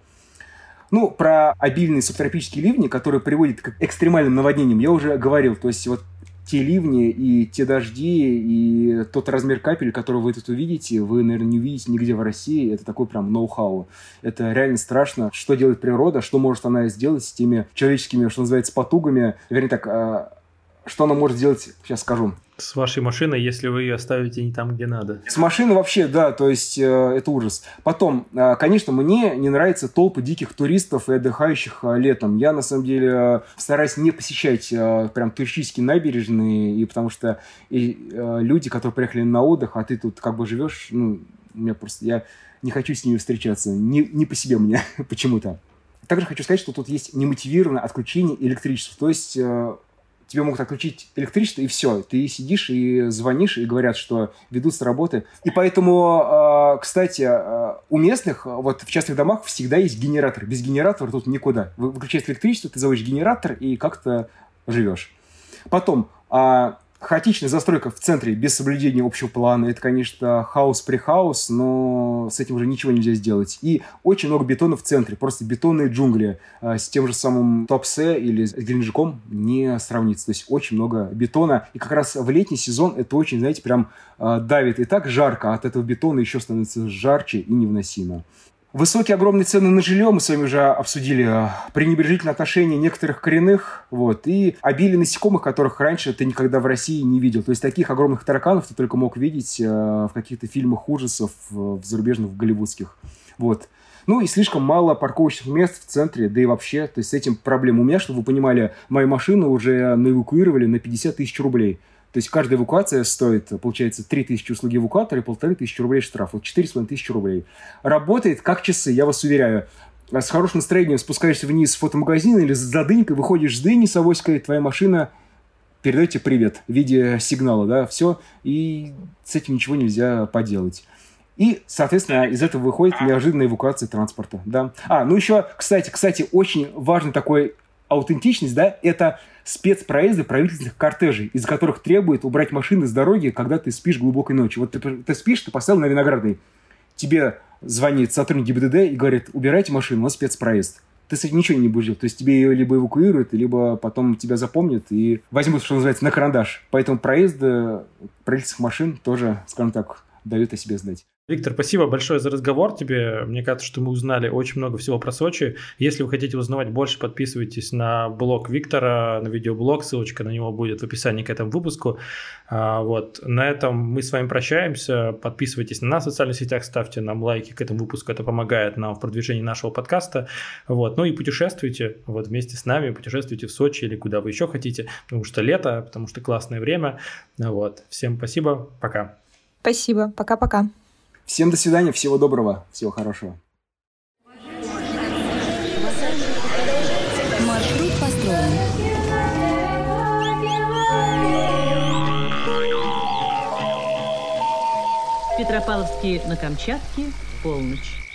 Ну, про обильные субтропические ливни, которые приводят к экстремальным наводнениям, я уже говорил. То есть вот те ливни и те дожди, и тот размер капель, который вы тут увидите, вы, наверное, не увидите нигде в России. Это такой прям ноу-хау. Это реально страшно. Что делает природа, что может она сделать с теми человеческими, что называется, потугами. Вернее так, что она может сделать, сейчас скажу. С вашей машиной, если вы ее оставите не там, где надо. С машиной вообще, да, то есть э, это ужас. Потом, э, конечно, мне не нравятся толпы диких туристов и отдыхающих э, летом. Я, на самом деле, э, стараюсь не посещать э, прям туристические набережные, и потому что и, э, люди, которые приехали на отдых, а ты тут как бы живешь, ну, у меня просто, я не хочу с ними встречаться, не, не по себе мне почему-то. Также хочу сказать, что тут есть немотивированное отключение электричества, то есть... Э, тебе могут отключить электричество, и все. Ты сидишь и звонишь, и говорят, что ведут с работы. И поэтому, кстати, у местных, вот в частных домах всегда есть генератор. Без генератора тут никуда. Выключается электричество, ты заводишь генератор и как-то живешь. Потом, хаотичная застройка в центре без соблюдения общего плана. Это, конечно, хаос при хаос, но с этим уже ничего нельзя сделать. И очень много бетона в центре. Просто бетонные джунгли. С тем же самым Туапсе или с Геленджиком не сравнится. То есть очень много бетона. И как раз в летний сезон это очень, знаете, прям давит. И так жарко, а от этого бетона еще становится жарче и невыносимо. Высокие огромные цены на жилье, мы с вами уже обсудили, пренебрежительное отношение некоторых коренных, вот, и обилие насекомых, которых раньше ты никогда в России не видел. То есть таких огромных тараканов ты только мог видеть в каких-то фильмах ужасов, в зарубежных, в голливудских. Вот. Ну и слишком мало парковочных мест в центре, да и вообще, то есть с этим проблема. У меня, чтобы вы понимали, мою машину уже наэвакуировали на пятьдесят тысяч рублей. То есть каждая эвакуация стоит, получается, три тысячи услуги эвакуатора и полторы тысячи рублей штраф. Вот четыре с половиной тысячи рублей. Работает как часы, я вас уверяю. С хорошим настроением спускаешься вниз с фотомагазина или за дынькой, выходишь с дыни с авоськой, твоя машина передает тебе привет в виде сигнала, да, все. И с этим ничего нельзя поделать. И, соответственно, из этого выходит неожиданная эвакуация транспорта, да. А, ну еще, кстати, кстати, очень важный такой аутентичность, да, это спецпроезды правительственных кортежей, из которых требуют убрать машины с дороги, когда ты спишь глубокой ночью. Вот ты, ты спишь, ты поставил на Виноградной, тебе звонит сотрудник ГИБДД и говорит: убирайте машину, у нас спецпроезд. Ты с этим ничего не будешь делать. То есть тебе ее либо эвакуируют, либо потом тебя запомнят и возьмут, что называется, на карандаш. Поэтому проезды правительственных машин тоже, скажем так, дают о себе знать. Виктор, спасибо большое за разговор тебе. Мне кажется, что мы узнали очень много всего про Сочи. Если вы хотите узнавать больше, подписывайтесь на блог Виктора, на видеоблог. Ссылочка на него будет в описании к этому выпуску. Вот. На этом мы с вами прощаемся. Подписывайтесь на нас в социальных сетях, ставьте нам лайки к этому выпуску. Это помогает нам в продвижении нашего подкаста. Вот. Ну и путешествуйте вот вместе с нами. Путешествуйте в Сочи или куда вы еще хотите. Потому что лето, потому что классное время. Вот. Всем спасибо. Пока. Спасибо. Пока-пока. Всем до свидания, всего доброго, всего хорошего. Маршрут построен. В Петропавловске на Камчатке полночь.